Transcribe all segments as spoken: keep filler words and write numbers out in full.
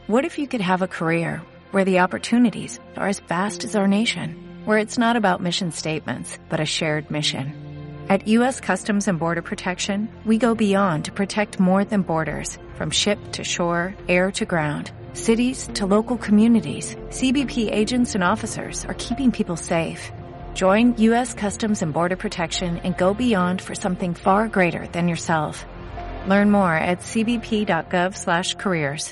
What if you could have a career where the opportunities are as vast as our nation, where it's not about mission statements, but a shared mission? At U S Customs and Border Protection, we go beyond to protect more than borders, from ship to shore, air to ground, cities to local communities. C B P agents and officers are keeping people safe. Join U S Customs and Border Protection and go beyond for something far greater than yourself. Learn more at c b p dot gov slash careers.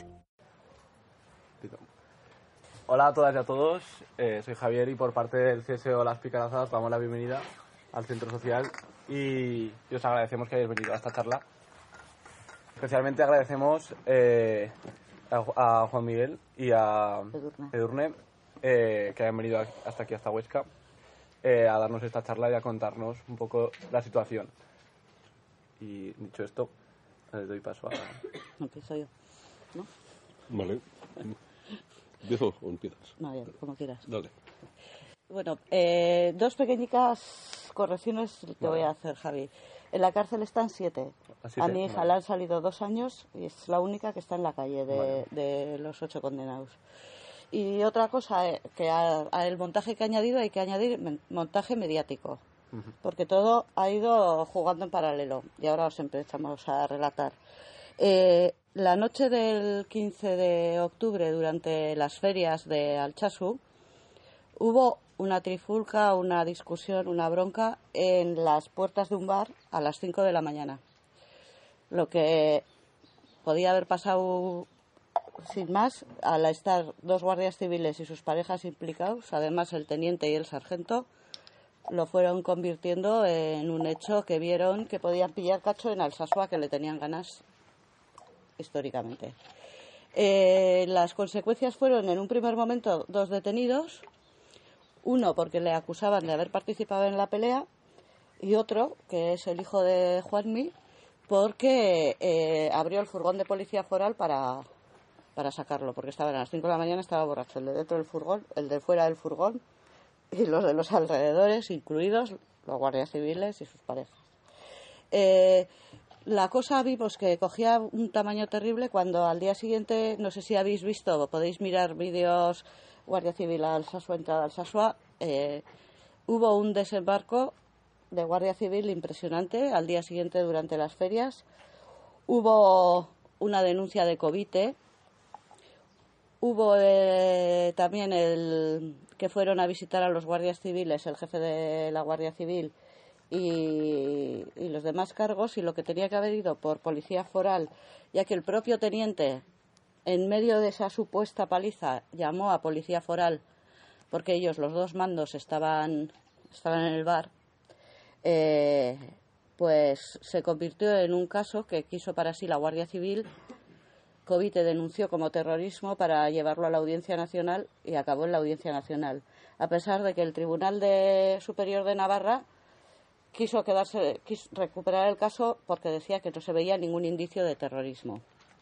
Hola a todas y a todos, eh, soy Javier y por parte del C S O Las Picarazadas damos la bienvenida al Centro Social y, y os agradecemos que hayáis venido a esta charla. Especialmente agradecemos eh, a, a Juan Miguel y a Edurne, Edurne eh, que hayan venido hasta aquí, hasta Huesca, eh, a darnos esta charla y a contarnos un poco la situación. Y dicho esto, les doy paso a... Empiezo yo, ¿no? Vale. ¿Empiezo o empiezas? No, bien, como quieras. Dale. Bueno, eh, dos pequeñitas correcciones que Vale. voy a hacer, Javi. En la cárcel están siete. Así A te- mi hija vale. le han salido dos años y es la única que está en la calle de, Vale. de los ocho condenados. Y otra cosa, eh, que al montaje que he añadido hay que añadir men- montaje mediático, Ujú. porque todo ha ido jugando en paralelo y ahora os empezamos a relatar. Eh, la noche del quince de octubre, durante las ferias de Altsasu, hubo una trifulca, una discusión, una bronca en las puertas de un bar a las cinco de la mañana. Lo que podía haber pasado sin más, al estar dos guardias civiles y sus parejas implicados, además el teniente y el sargento, lo fueron convirtiendo en un hecho que vieron que podían pillar cacho en Alsasua, que le tenían ganas históricamente. Eh, las consecuencias fueron, en un primer momento, dos detenidos, uno porque le acusaban de haber participado en la pelea y otro, que es el hijo de Juanmi, porque eh, abrió el furgón de policía foral para, para sacarlo, porque estaban a las cinco de la mañana, estaba borracho el de dentro del furgón, el de fuera del furgón y los de los alrededores, incluidos los guardias civiles y sus parejas. Eh, la cosa vimos que cogía un tamaño terrible cuando al día siguiente, no sé si habéis visto, podéis mirar vídeos Guardia Civil a Alsasua, entrada a Alsasua, eh, hubo un desembarco de Guardia Civil impresionante al día siguiente durante las ferias, hubo una denuncia de Covite, hubo eh, también el que fueron a visitar a los guardias civiles, el jefe de la Guardia Civil y, y los demás cargos, y lo que tenía que haber ido por policía foral, ya que el propio teniente, en medio de esa supuesta paliza, llamó a policía foral porque ellos, los dos mandos, estaban, estaban en el bar, eh, pues se convirtió en un caso que quiso para sí la Guardia Civil. Covite denunció como terrorismo para llevarlo a la Audiencia Nacional y acabó en la Audiencia Nacional, a pesar de que el Tribunal de Superior de Navarra quiso quedarse, quiso recuperar el caso porque decía que no se veía ningún indicio de terrorismo.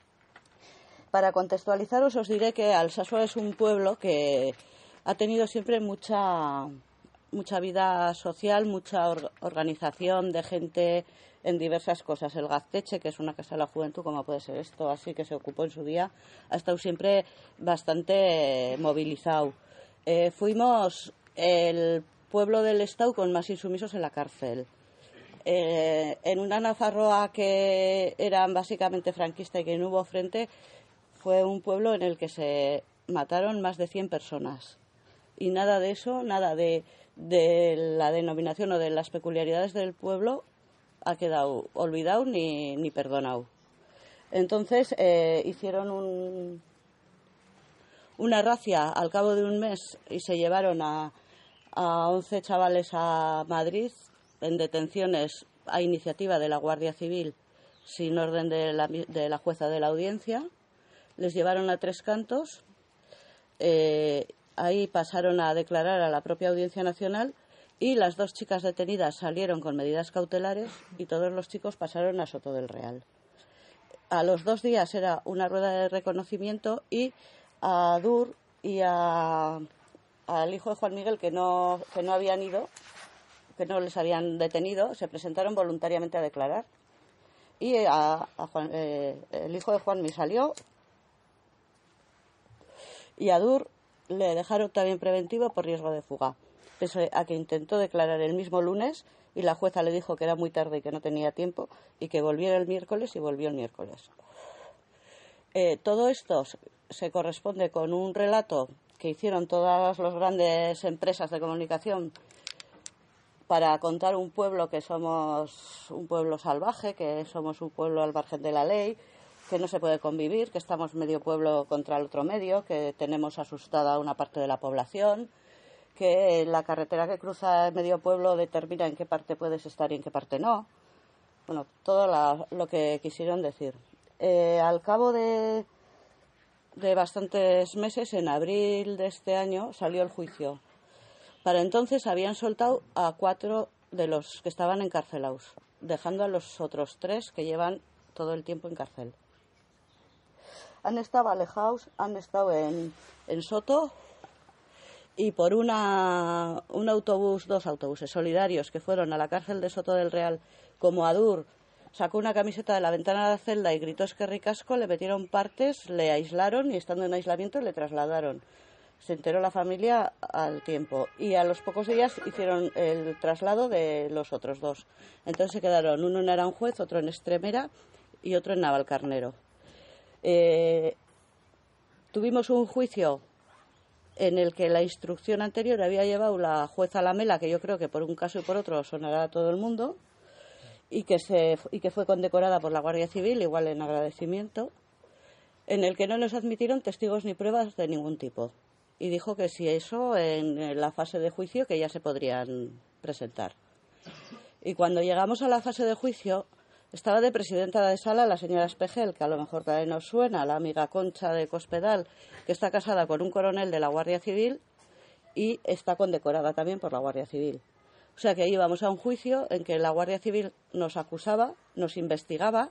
Para contextualizaros, os diré que Alsasua es un pueblo que ha tenido siempre mucha, mucha vida social, mucha or- organización de gente en diversas cosas. El Gazteche, que es una casa de la juventud, como puede ser esto, así que se ocupó en su día, ha estado siempre bastante eh, movilizado. Eh, fuimos el pueblo del Estado con más insumisos en la cárcel. Eh, en una Nafarroa que eran básicamente franquista y que no hubo frente, fue un pueblo en el que se mataron más de cien personas. Y nada de eso, nada de, de la denominación o de las peculiaridades del pueblo ha quedado olvidado ni, ni perdonado. Entonces eh, hicieron un, una racia al cabo de un mes y se llevaron a, a once chavales a Madrid en detenciones a iniciativa de la Guardia Civil sin orden de la, de la jueza de la audiencia. Les llevaron a Tres Cantos, eh, ahí pasaron a declarar a la propia Audiencia Nacional y las dos chicas detenidas salieron con medidas cautelares y todos los chicos pasaron a Soto del Real. A los dos días era una rueda de reconocimiento y a Dur y a, al hijo de Juan Miguel, que no, que no habían ido, que no les habían detenido, se presentaron voluntariamente a declarar. Y a, a Juan, eh, el hijo de Juanmi salió Y a Dur le dejaron también preventivo por riesgo de fuga, pese a que intentó declarar el mismo lunes y la jueza le dijo que era muy tarde y que no tenía tiempo y que volviera el miércoles, y volvió el miércoles. Eh, todo esto se corresponde con un relato que hicieron todas las grandes empresas de comunicación para contar un pueblo que somos un pueblo salvaje, que somos un pueblo al margen de la ley, que no se puede convivir, que estamos medio pueblo contra el otro medio, que tenemos asustada a una parte de la población, que la carretera que cruza el medio pueblo determina en qué parte puedes estar y en qué parte no. Bueno, todo la, lo que quisieron decir. Eh, al cabo de, de bastantes meses, en abril de este año, salió el juicio. Para entonces habían soltado a cuatro de los que estaban encarcelados, dejando a los otros tres que llevan todo el tiempo en cárcel. Han estado alejados, han estado en, en Soto, y por una, un autobús, dos autobuses solidarios que fueron a la cárcel de Soto del Real, como Adur sacó una camiseta de la ventana de la celda y gritó "Esquerricasco", le metieron partes, le aislaron y estando en aislamiento le trasladaron. Se enteró la familia al tiempo y a los pocos días hicieron el traslado de los otros dos. Entonces se quedaron uno en Aranjuez, otro en Estremera y otro en Navalcarnero. Eh, tuvimos un juicio en el que la instrucción anterior había llevado la jueza Lamela, que yo creo que por un caso y por otro sonará a todo el mundo, y que, se, y que fue condecorada por la Guardia Civil, igual en agradecimiento, en el que no nos admitieron testigos ni pruebas de ningún tipo. Y dijo que si eso, en la fase de juicio, que ya se podrían presentar. Y cuando llegamos a la fase de juicio, estaba de presidenta de sala la señora Espejel, que a lo mejor también nos suena, la amiga Concha de Cospedal, que está casada con un coronel de la Guardia Civil y está condecorada también por la Guardia Civil. O sea que íbamos a un juicio en que la Guardia Civil nos acusaba, nos investigaba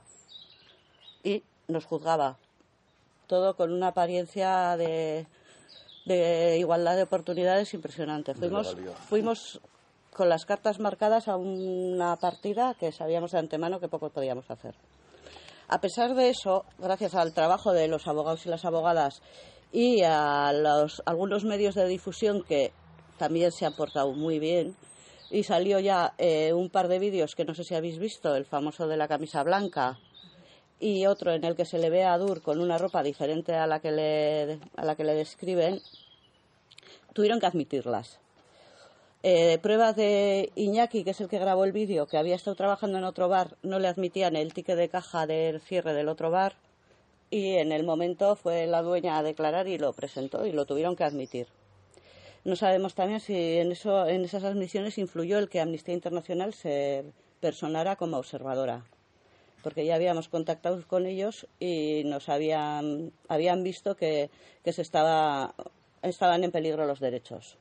y nos juzgaba. Todo con una apariencia de, de igualdad de oportunidades impresionante. Fuimos, fuimos con las cartas marcadas a una partida que sabíamos de antemano que poco podíamos hacer. A pesar de eso, gracias al trabajo de los abogados y las abogadas y a los, algunos medios de difusión que también se han portado muy bien, y salió ya eh, un par de vídeos que no sé si habéis visto, el famoso de la camisa blanca y otro en el que se le ve a Dur con una ropa diferente a la que le, a la que le describen, tuvieron que admitirlas. Eh, pruebas de Iñaki, que es el que grabó el vídeo, que había estado trabajando en otro bar, no le admitían el ticket de caja del cierre del otro bar, y en el momento fue la dueña a declarar y lo presentó y lo tuvieron que admitir. No sabemos también si en, eso, en esas admisiones influyó el que Amnistía Internacional se personara como observadora, porque ya habíamos contactado con ellos y nos habían, habían visto que, que se estaba, estaban en peligro los derechos.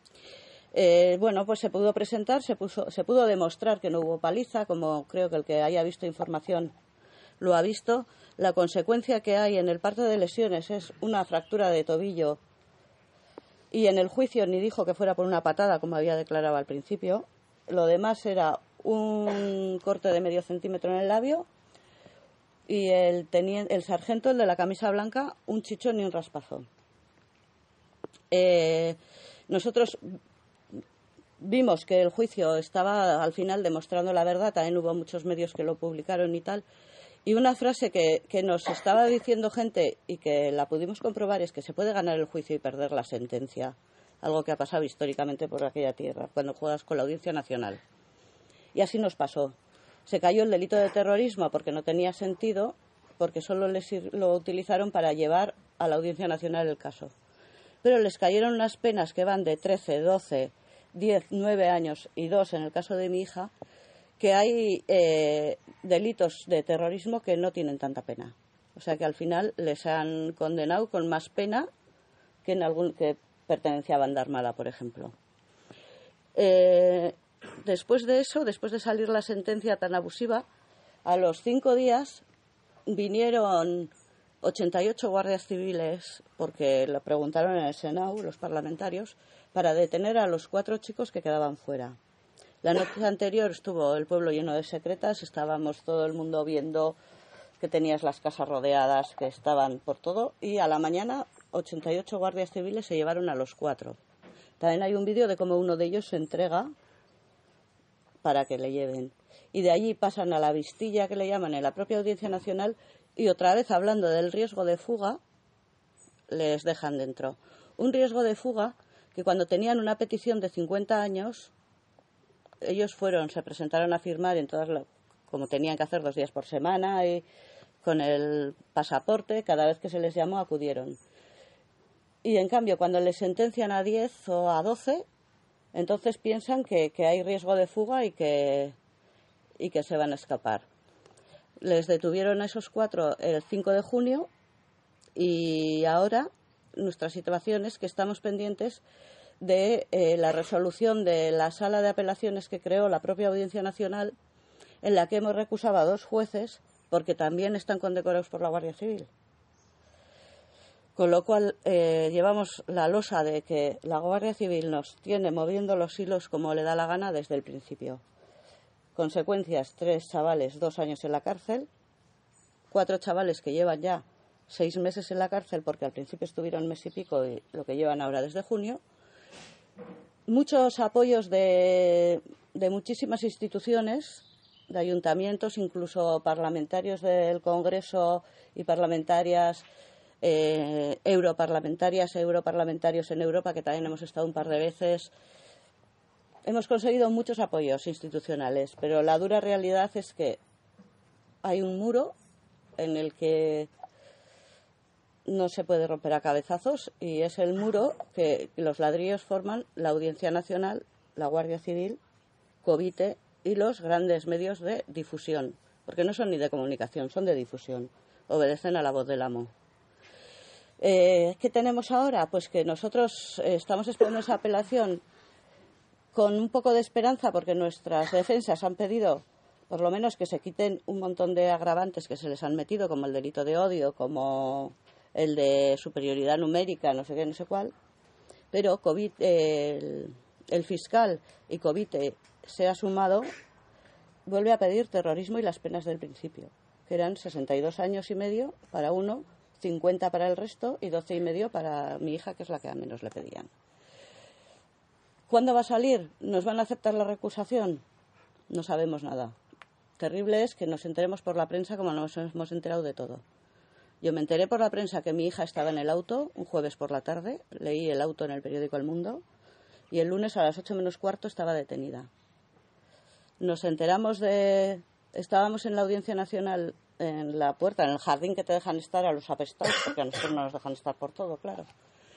Eh, bueno, pues se pudo presentar, se, puso, se pudo demostrar que no hubo paliza, como creo que el que haya visto información lo ha visto. La consecuencia que hay en el parte de lesiones es una fractura de tobillo, y en el juicio ni dijo que fuera por una patada, como había declarado al principio. Lo demás era un corte de medio centímetro en el labio y el, teniente, el sargento, el de la camisa blanca, un chichón y un raspazón. Eh, nosotros vimos que el juicio estaba al final demostrando la verdad, también hubo muchos medios que lo publicaron y tal, y una frase que, que nos estaba diciendo gente y que la pudimos comprobar es que se puede ganar el juicio y perder la sentencia, algo que ha pasado históricamente por aquella tierra, cuando juegas con la Audiencia Nacional. Y así nos pasó. Se cayó el delito de terrorismo porque no tenía sentido, porque solo les, lo utilizaron para llevar a la Audiencia Nacional el caso. Pero les cayeron unas penas que van de trece, doce, diez, nueve años y dos en el caso de mi hija, que hay eh, delitos de terrorismo que no tienen tanta pena. O sea que al final les han condenado con más pena que en algún que pertenecía a Banda Armada, por ejemplo. Eh, después de eso, después de salir la sentencia tan abusiva, a los cinco días vinieron ochenta y ocho guardias civiles, porque lo preguntaron en el Senado, los parlamentarios, para detener a los cuatro chicos que quedaban fuera. La noche anterior estuvo el pueblo lleno de secretas, estábamos todo el mundo viendo que tenías las casas rodeadas, que estaban por todo, y a la mañana ochenta y ocho guardias civiles se llevaron a los cuatro. También hay un vídeo de cómo uno de ellos se entrega para que le lleven. Y de allí pasan a la vistilla, que le llaman, en la propia Audiencia Nacional, y otra vez hablando del riesgo de fuga, les dejan dentro. Un riesgo de fuga que cuando tenían una petición de cincuenta años, ellos fueron, se presentaron a firmar en todas las, como tenían que hacer dos días por semana, y con el pasaporte, cada vez que se les llamó acudieron. Y en cambio, cuando les sentencian a diez o a doce, entonces piensan que, que hay riesgo de fuga y que, y que se van a escapar. Les detuvieron a esos cuatro el cinco de junio y ahora nuestra situación es que estamos pendientes de eh, la resolución de la sala de apelaciones que creó la propia Audiencia Nacional, en la que hemos recusado a dos jueces porque también están condecorados por la Guardia Civil. Con lo cual eh, llevamos la losa de que la Guardia Civil nos tiene moviendo los hilos como le da la gana desde el principio. Consecuencias, tres chavales, dos años en la cárcel, cuatro chavales que llevan ya seis meses en la cárcel porque al principio estuvieron mes y pico y lo que llevan ahora desde junio. Muchos apoyos de, de muchísimas instituciones, de ayuntamientos, incluso parlamentarios del Congreso y parlamentarias eh, europarlamentarias, europarlamentarios en Europa, que también hemos estado un par de veces. Hemos conseguido muchos apoyos institucionales, pero la dura realidad es que hay un muro en el que no se puede romper a cabezazos y es el muro que los ladrillos forman la Audiencia Nacional, la Guardia Civil, Covite y los grandes medios de difusión, porque no son ni de comunicación, son de difusión, obedecen a la voz del amo. Eh, ¿Qué tenemos ahora? Pues que nosotros eh, estamos esperando esa apelación con un poco de esperanza porque nuestras defensas han pedido por lo menos que se quiten un montón de agravantes que se les han metido, como el delito de odio, como el de superioridad numérica, no sé qué, no sé cuál, pero COVID, eh, el, el fiscal y Covite se ha sumado, vuelve a pedir terrorismo y las penas del principio, que eran sesenta y dos años y medio para uno, cincuenta para el resto y doce y medio para mi hija, que es la que a menos le pedían. ¿Cuándo va a salir? ¿Nos van a aceptar la recusación? No sabemos nada. Terrible es que nos enteremos por la prensa como nos hemos enterado de todo. Yo me enteré por la prensa que mi hija estaba en el auto un jueves por la tarde, leí el auto en el periódico El Mundo, y el lunes a las ocho menos cuarto estaba detenida. Nos enteramos de... Estábamos en la Audiencia Nacional en la puerta, en el jardín que te dejan estar a los apestados, porque a nosotros no nos dejan estar por todo, claro.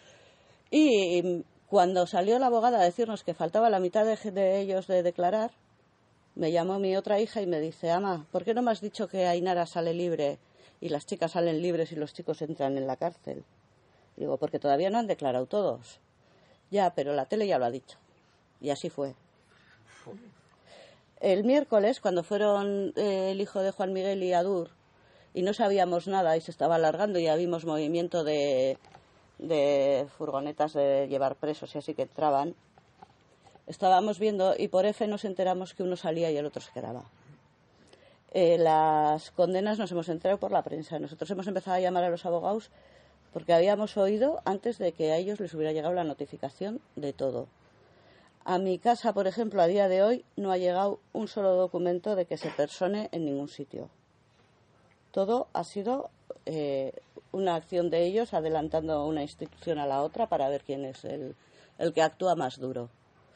Y cuando salió la abogada a decirnos que faltaba la mitad de, de ellos de declarar, me llamó mi otra hija y me dice: Ama, ¿por qué no me has dicho que Ainara sale libre y las chicas salen libres y los chicos entran en la cárcel? Digo, porque todavía no han declarado todos. Ya, pero la tele ya lo ha dicho. Y así fue. El miércoles, cuando fueron eh, el hijo de Juan Miguel y Adur, y no sabíamos nada y se estaba alargando, y ya vimos movimiento de, de furgonetas de llevar presos y así que entraban, estábamos viendo y por F nos enteramos que uno salía y el otro se quedaba. Eh, las condenas nos hemos enterado por la prensa. Nosotros hemos empezado a llamar a los abogados porque habíamos oído antes de que a ellos les hubiera llegado la notificación de todo. A mi casa, por ejemplo, a día de hoy no ha llegado un solo documento de que se persone en ningún sitio. Todo ha sido eh, una acción de ellos adelantando una institución a la otra para ver quién es el, el que actúa más duro.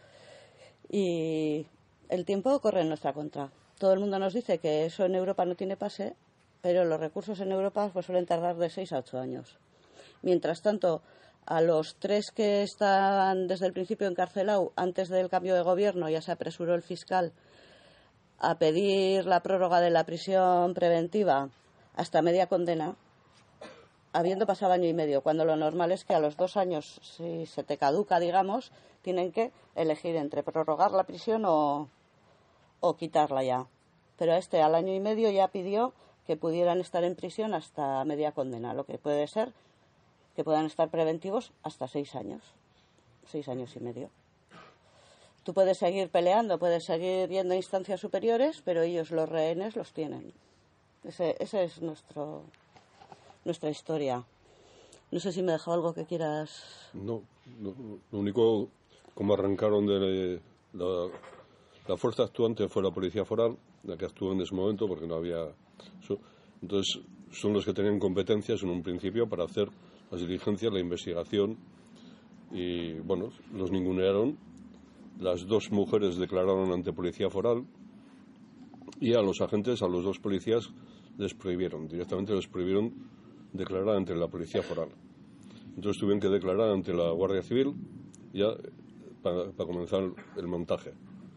Y el tiempo corre en nuestra contra. Todo el mundo nos dice que eso en Europa no tiene pase, pero los recursos en Europa pues, suelen tardar de seis a ocho años. Mientras tanto, a los tres que estaban desde el principio encarcelados, antes del cambio de gobierno, ya se apresuró el fiscal a pedir la prórroga de la prisión preventiva hasta media condena, habiendo pasado año y medio, cuando lo normal es que a los dos años, si se te caduca, digamos, tienen que elegir entre prorrogar la prisión o, o quitarla ya. Pero este al año y medio ya pidió que pudieran estar en prisión hasta media condena, lo que puede ser que puedan estar preventivos hasta seis años, seis años y medio. Tú puedes seguir peleando, puedes seguir yendo a instancias superiores, pero ellos los rehenes los tienen. Ese, ese es nuestro, nuestra historia. No sé si me he dejado algo que quieras... No, no, lo único, como arrancaron de la, la fuerza actuante fue la Policía Foral, la que actuó en ese momento porque no había... Entonces, son los que tenían competencias en un principio para hacer las diligencias, la investigación, y bueno, los ningunearon. Las dos mujeres declararon ante Policía Foral y a los agentes, a los dos policías, les prohibieron, directamente les prohibieron declarar ante la Policía Foral. Entonces tuvieron que declarar ante la Guardia Civil ya para, para comenzar el montaje.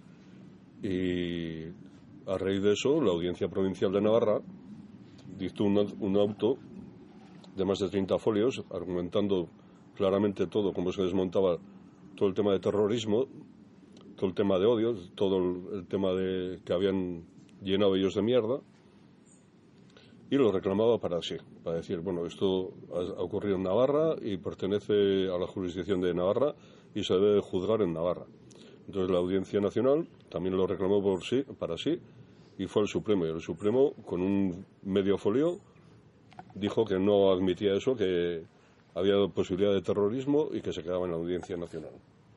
Y a raíz de eso, la Audiencia Provincial de Navarra dictó un, un auto de más de treinta folios argumentando claramente todo, cómo se desmontaba todo el tema de terrorismo, todo el tema de odio, todo el, el tema de que habían llenado ellos de mierda, y lo reclamaba para sí, para decir, bueno, esto ha, ha ocurrido en Navarra y pertenece a la jurisdicción de Navarra y se debe juzgar en Navarra. Entonces la Audiencia Nacional también lo reclamó por sí, para sí, y fue el Supremo. Y el Supremo, con un medio folio, dijo que no admitía eso, que había posibilidad de terrorismo y que se quedaba en la Audiencia Nacional.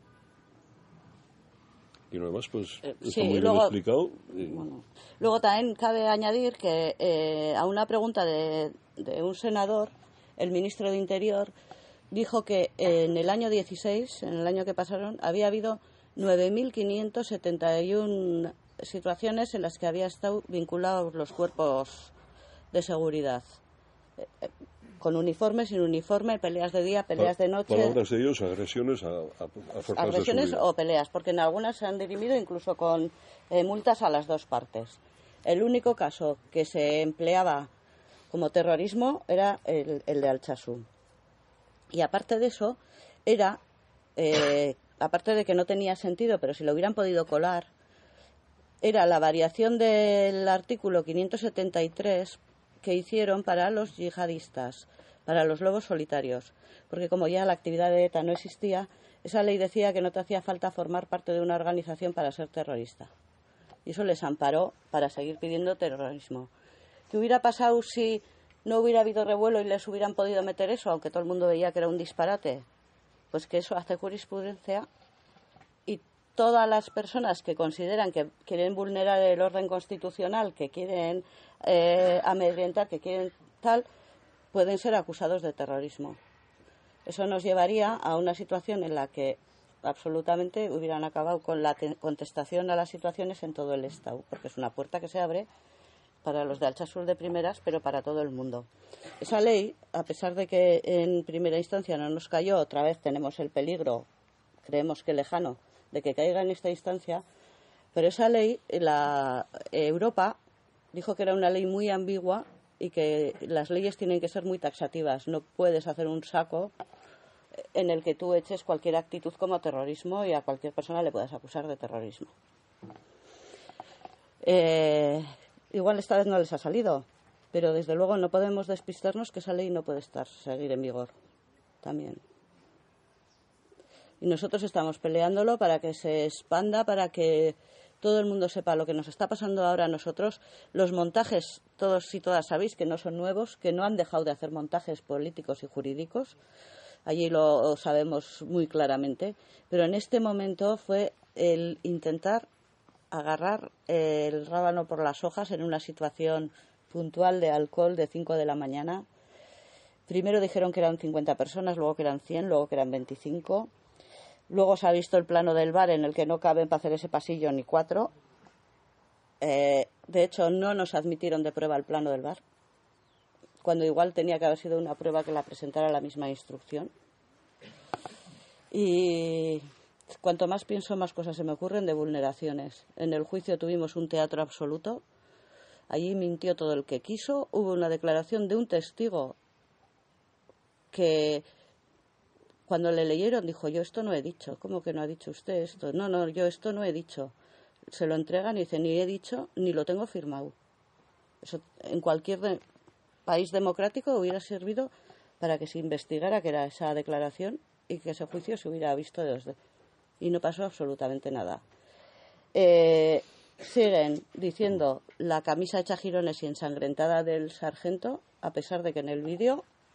Y lo demás, pues, eh, está sí, muy luego, bien explicado. Y... Bueno, luego también cabe añadir que eh, a una pregunta de, de un senador, el ministro de Interior dijo que en el año dieciséis, en el año que pasaron, había habido nueve mil quinientas setenta y una situaciones en las que había estado vinculados los cuerpos de seguridad. Eh, con uniforme, sin uniforme, peleas de día, peleas de noche. Palabras de ellos, agresiones a, a, a fuerzas agresiones de seguridad. O peleas, porque en algunas se han dirimido incluso con eh, multas a las dos partes. El único caso que se empleaba como terrorismo era el, el de Altsasua. Y aparte de eso, era, eh, aparte de que no tenía sentido, pero si lo hubieran podido colar, era la variación del artículo quinientos setenta y tres que hicieron para los yihadistas, para los lobos solitarios, porque como ya la actividad de ETA no existía, esa ley decía que no te hacía falta formar parte de una organización para ser terrorista. Y eso les amparó para seguir pidiendo terrorismo. ¿Qué hubiera pasado si no hubiera habido revuelo y les hubieran podido meter eso, aunque todo el mundo veía que era un disparate? Pues que eso hace jurisprudencia y todas las personas que consideran que quieren vulnerar el orden constitucional, que quieren eh, amedrentar, que quieren tal, pueden ser acusados de terrorismo. Eso nos llevaría a una situación en la que absolutamente hubieran acabado con la contestación a las situaciones en todo el Estado, porque es una puerta que se abre para los de Altsasua de primeras, pero para todo el mundo. Esa ley, a pesar de que en primera instancia no nos cayó, otra vez tenemos el peligro, creemos que lejano, de que caiga en esta instancia, pero esa ley, la Europa dijo que era una ley muy ambigua y que las leyes tienen que ser muy taxativas. No puedes hacer un saco en el que tú eches cualquier actitud como terrorismo y a cualquier persona le puedas acusar de terrorismo. Eh, igual esta vez no les ha salido, pero desde luego no podemos despistarnos que esa ley no puede estar seguir en vigor también. Y nosotros estamos peleándolo para que se expanda, para que todo el mundo sepa lo que nos está pasando ahora a nosotros. Los montajes, todos y todas sabéis que no son nuevos, que no han dejado de hacer montajes políticos y jurídicos. Allí lo sabemos muy claramente. Pero en este momento fue el intentar agarrar el rábano por las hojas en una situación puntual de alcohol de cinco de la mañana. Primero dijeron que eran cincuenta personas, luego que eran cien, luego que eran veinticinco. Luego se ha visto el plano del bar en el que no caben para hacer ese pasillo ni cuatro. Eh, de hecho, no nos admitieron de prueba el plano del bar, cuando igual tenía que haber sido una prueba que la presentara la misma instrucción. Y cuanto más pienso, más cosas se me ocurren de vulneraciones. En el juicio tuvimos un teatro absoluto. Allí mintió todo el que quiso. Hubo una declaración de un testigo que, cuando le leyeron, dijo: yo esto no he dicho. ¿Cómo que no ha dicho usted esto? No, no, yo esto no he dicho. Se lo entregan y dice: ni he dicho ni lo tengo firmado. Eso en cualquier de, país democrático hubiera servido para que se investigara que era esa declaración y que ese juicio se hubiera visto desde. Y no pasó absolutamente nada. Eh, siguen diciendo la camisa hecha jirones y ensangrentada del sargento, a pesar de que en el vídeo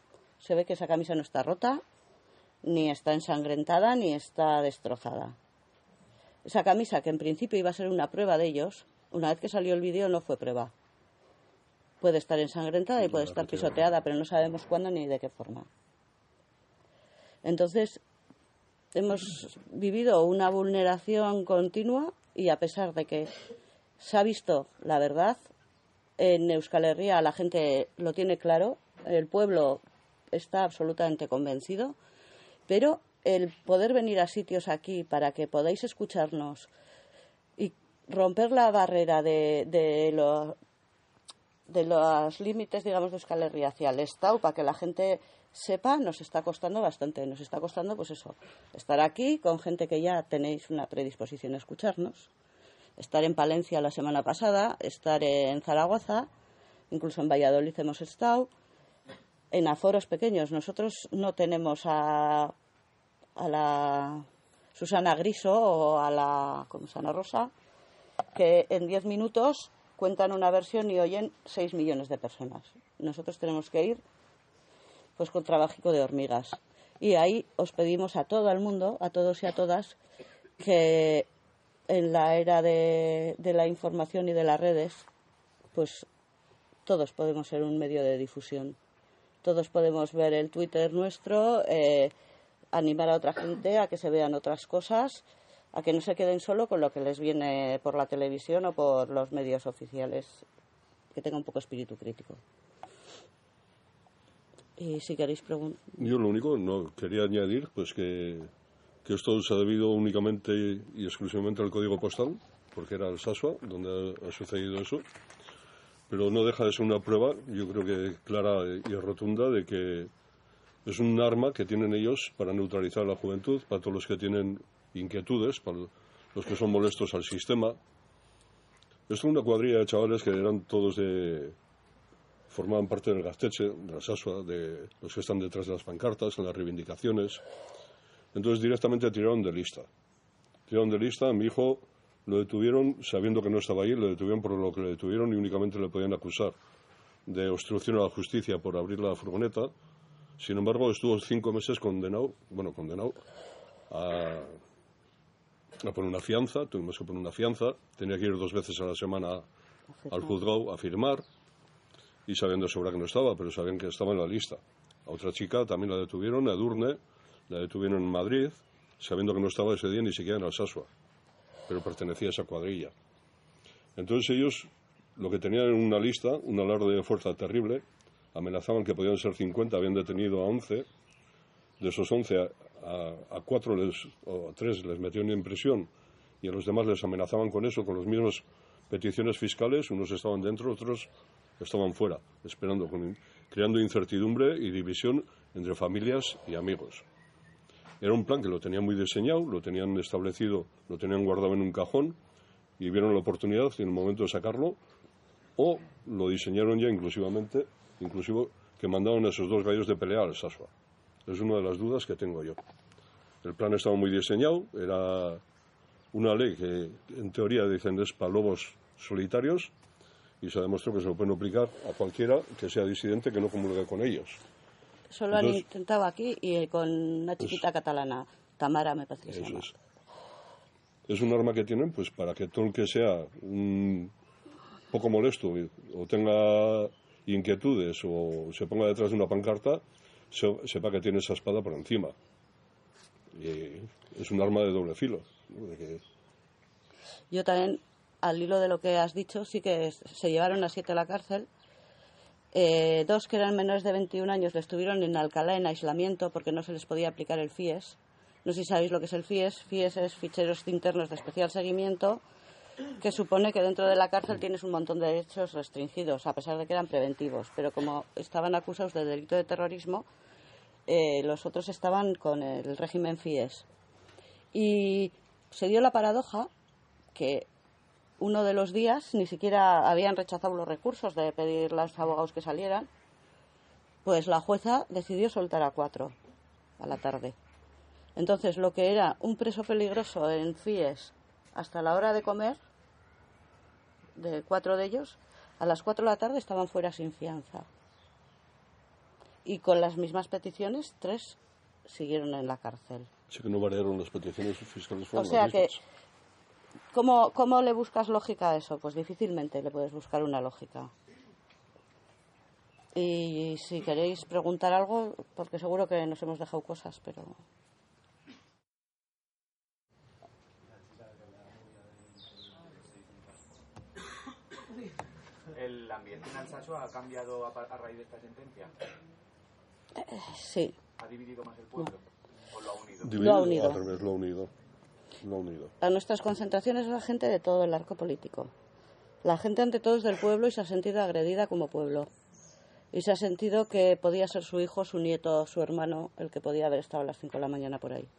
Se ve que esa camisa no está rota, ni está ensangrentada, ni está destrozada. Esa camisa, que en principio iba a ser una prueba de ellos, una vez que salió el vídeo no fue prueba. Puede estar ensangrentada y puede estar pisoteada, pero no sabemos cuándo ni de qué forma. Entonces, hemos vivido una vulneración continua y a pesar de que se ha visto la verdad, en Euskal Herria la gente lo tiene claro, el pueblo está absolutamente convencido, pero el poder venir a sitios aquí para que podáis escucharnos y romper la barrera de, de, lo, de los límites, digamos, de Euskal Herria hacia el Estado, para que la gente sepa, nos está costando bastante. Nos está costando, pues eso, estar aquí con gente que ya tenéis una predisposición a escucharnos, estar en Palencia la semana pasada, estar en Zaragoza, incluso en Valladolid hemos estado, en aforos pequeños. Nosotros no tenemos a, a la Susana Griso o a la como Susana Rosa, que en diez minutos cuentan una versión y oyen seis millones de personas. Nosotros tenemos que ir pues con trabajico de hormigas. Y ahí os pedimos a todo el mundo, a todos y a todas, que en la era de, de la información y de las redes, pues todos podemos ser un medio de difusión. Todos podemos ver el Twitter nuestro, eh, animar a otra gente a que se vean otras cosas, a que no se queden solo con lo que les viene por la televisión o por los medios oficiales, que tenga un poco espíritu crítico. Y si queréis preguntar. Yo lo único, no quería añadir, pues que, que esto se ha debido únicamente y exclusivamente al código postal, porque era el Sasua donde ha sucedido eso. Pero no deja de ser una prueba, yo creo que clara y rotunda, de que es un arma que tienen ellos para neutralizar a la juventud, para todos los que tienen inquietudes, para los que son molestos al sistema. Esto es una cuadrilla de chavales que eran todos de... formaban parte del Gaztetxe, de la Sasua, de los que están detrás de las pancartas, en las reivindicaciones. Entonces directamente tiraron de lista. Tiraron de lista, a mi hijo lo detuvieron sabiendo que no estaba ahí, lo detuvieron por lo que le detuvieron y únicamente le podían acusar de obstrucción a la justicia por abrir la furgoneta. Sin embargo, estuvo cinco meses condenado, bueno, condenado a, a poner una fianza, tuvimos que poner una fianza, tenía que ir dos veces a la semana al juzgado a firmar, y sabían de sobra que no estaba, pero sabían que estaba en la lista. A otra chica también la detuvieron, a Edurne, la detuvieron en Madrid, sabiendo que no estaba ese día ni siquiera en Alsasua, pero pertenecía a esa cuadrilla. Entonces ellos lo que tenían en una lista, un alarde de fuerza terrible, amenazaban que podían ser cincuenta, habían detenido a once, de esos once a, a, a cuatro les, o a tres les metieron en prisión y a los demás les amenazaban con eso, con las mismas peticiones fiscales, unos estaban dentro, otros estaban fuera, esperando, con, creando incertidumbre y división entre familias y amigos. Era un plan que lo tenían muy diseñado, lo tenían establecido, lo tenían guardado en un cajón y vieron la oportunidad en el momento de sacarlo, o lo diseñaron ya inclusivamente, inclusive que mandaron a esos dos gallos de pelea al Sasua. Es una de las dudas que tengo yo. El plan estaba muy diseñado, era una ley que en teoría dicen es para lobos solitarios, y se demostró que se lo pueden aplicar a cualquiera que sea disidente que no comulgue con ellos. Eso lo Entonces, han intentado aquí y con una chiquita es, catalana, Tamara me parece que se llama. Es. es un arma que tienen pues para que todo el que sea un poco molesto o tenga inquietudes o se ponga detrás de una pancarta, se, sepa que tiene esa espada por encima. Y es un arma de doble filo. ¿No? De que... Yo también, al hilo de lo que has dicho, sí que se llevaron a siete a la cárcel. Eh, dos que eran menores de veintiún años les tuvieron en Alcalá en aislamiento porque no se les podía aplicar el FIES. No sé si sabéis lo que es el FIES. FIES es Ficheros Internos de Especial Seguimiento, que supone que dentro de la cárcel tienes un montón de derechos restringidos, a pesar de que eran preventivos. Pero como estaban acusados de delito de terrorismo, eh, los otros estaban con el régimen FIES. Y se dio la paradoja que uno de los días ni siquiera habían rechazado los recursos de pedir a los abogados que salieran, pues la jueza decidió soltar a cuatro a la tarde. Entonces, lo que era un preso peligroso en FIES hasta la hora de comer, de cuatro de ellos, a las cuatro de la tarde estaban fuera sin fianza. y con las mismas peticiones, tres siguieron en la cárcel. Sí que no variaron las peticiones fiscales. O sea que, ¿cómo, ¿cómo le buscas lógica a eso? Pues difícilmente le puedes buscar una lógica. Y si queréis preguntar algo, porque seguro que nos hemos dejado cosas, pero... ¿El ambiente en Alsasua ha cambiado a, a raíz de esta sentencia? Eh, sí. ¿Ha dividido más el pueblo? No. ¿O lo ha unido? Dividido, lo ha unido. Al revés, lo ha unido. Lo ha unido. A nuestras concentraciones la gente de todo el arco político. La gente ante todo es del pueblo y se ha sentido agredida como pueblo. Y se ha sentido que podía ser su hijo, su nieto, su hermano, el que podía haber estado a las cinco de la mañana por ahí.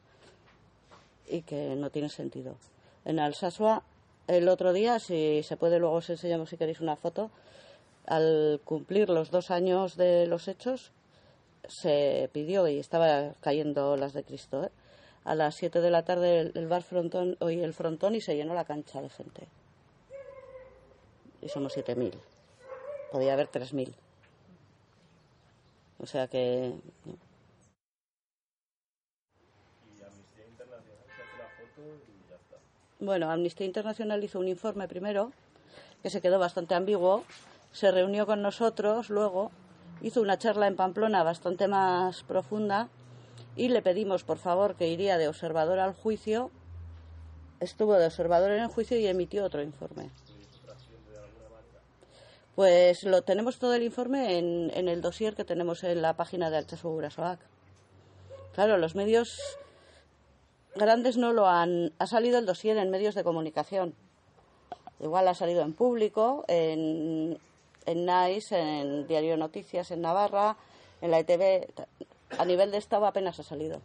Y que no tiene sentido. En Alsasua, el otro día, si se puede, luego os enseñamos si queréis una foto, al cumplir los dos años de los hechos, se pidió, y estaba cayendo las de Cristo, ¿eh? A las siete de la tarde el, el bar frontón, hoy el frontón, y se llenó la cancha de gente. Y somos siete mil. Podía haber tres mil. O sea que... ¿no? Y Amnistía Internacional se hace la foto y ya está. Bueno, Amnistía Internacional hizo un informe primero, que se quedó bastante ambiguo, se reunió con nosotros, luego hizo una charla en Pamplona bastante más profunda y le pedimos, por favor, que iría de observador al juicio. Estuvo de observador en el juicio y emitió otro informe. Pues lo tenemos todo el informe en, en el dossier que tenemos en la página de Altsasua Gurasoak. Claro, los medios grandes no lo han... Ha salido el dossier en medios de comunicación. Igual ha salido en Público, en, en Nice, en Diario Noticias en Navarra, en la E T V. A nivel de Estado apenas ha salido.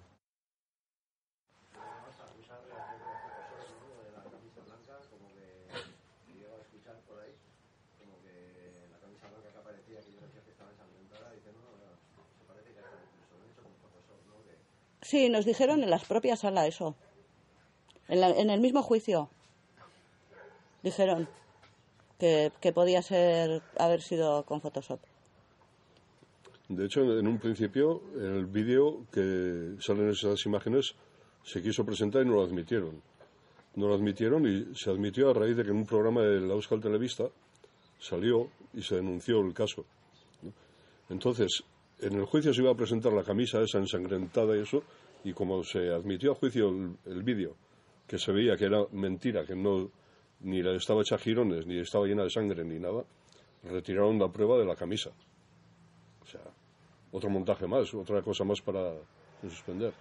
Sí, nos dijeron en las propias salas eso. En, la, en el mismo juicio. Dijeron que, que podía ser haber sido con Photoshop. De hecho, en un principio, en el vídeo que salen esas imágenes, se quiso presentar y no lo admitieron. No lo admitieron y se admitió a raíz de que en un programa de la Euskal Telebista salió y se denunció el caso. Entonces, en el juicio se iba a presentar la camisa esa ensangrentada y eso, y como se admitió a juicio el, el vídeo, que se veía que era mentira, que no ni la estaba hecha jirones, ni estaba llena de sangre, ni nada, retiraron la prueba de la camisa. O sea, otro montaje más, otra cosa más para suspender.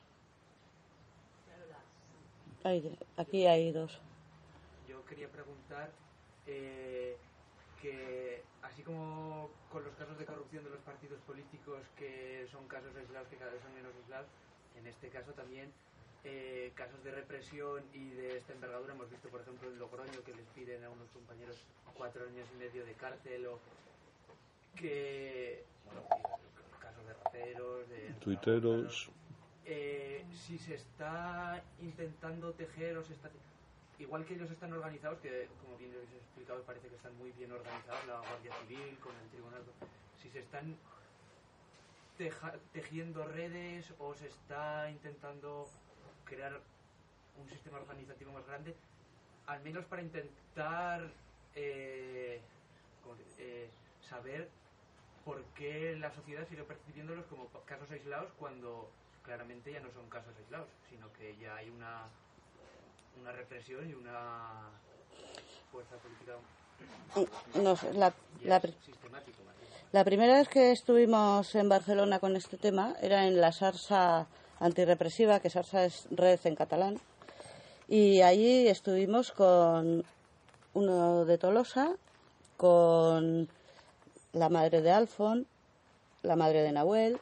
Hay, aquí hay dos. Yo quería preguntar eh, que, así como con los casos de corrupción de los partidos políticos, que son casos aislados, que cada vez son menos aislados, en este caso también eh, casos de represión y de esta envergadura. Hemos visto, por ejemplo, en Logroño, que les piden a unos compañeros cuatro años y medio de cárcel, o que, bueno, casos de raperos, de tuiteros. Eh, si se está intentando tejer o se está... Igual que ellos están organizados, que como bien les he explicado, parece que están muy bien organizados, la Guardia Civil, con el tribunal, si se están teja, tejiendo redes o se está intentando crear un sistema organizativo más grande, al menos para intentar eh, eh, saber por qué la sociedad sigue percibiéndolos como casos aislados cuando claramente ya no son casos aislados, sino que ya hay una una represión y una fuerza política no, la, la, sistemática. La primera vez que estuvimos en Barcelona con este tema era en la Sarsa antirrepresiva, que Sarsa es red en catalán, y allí estuvimos con uno de Tolosa, con la madre de Alfon, la madre de Nahuel,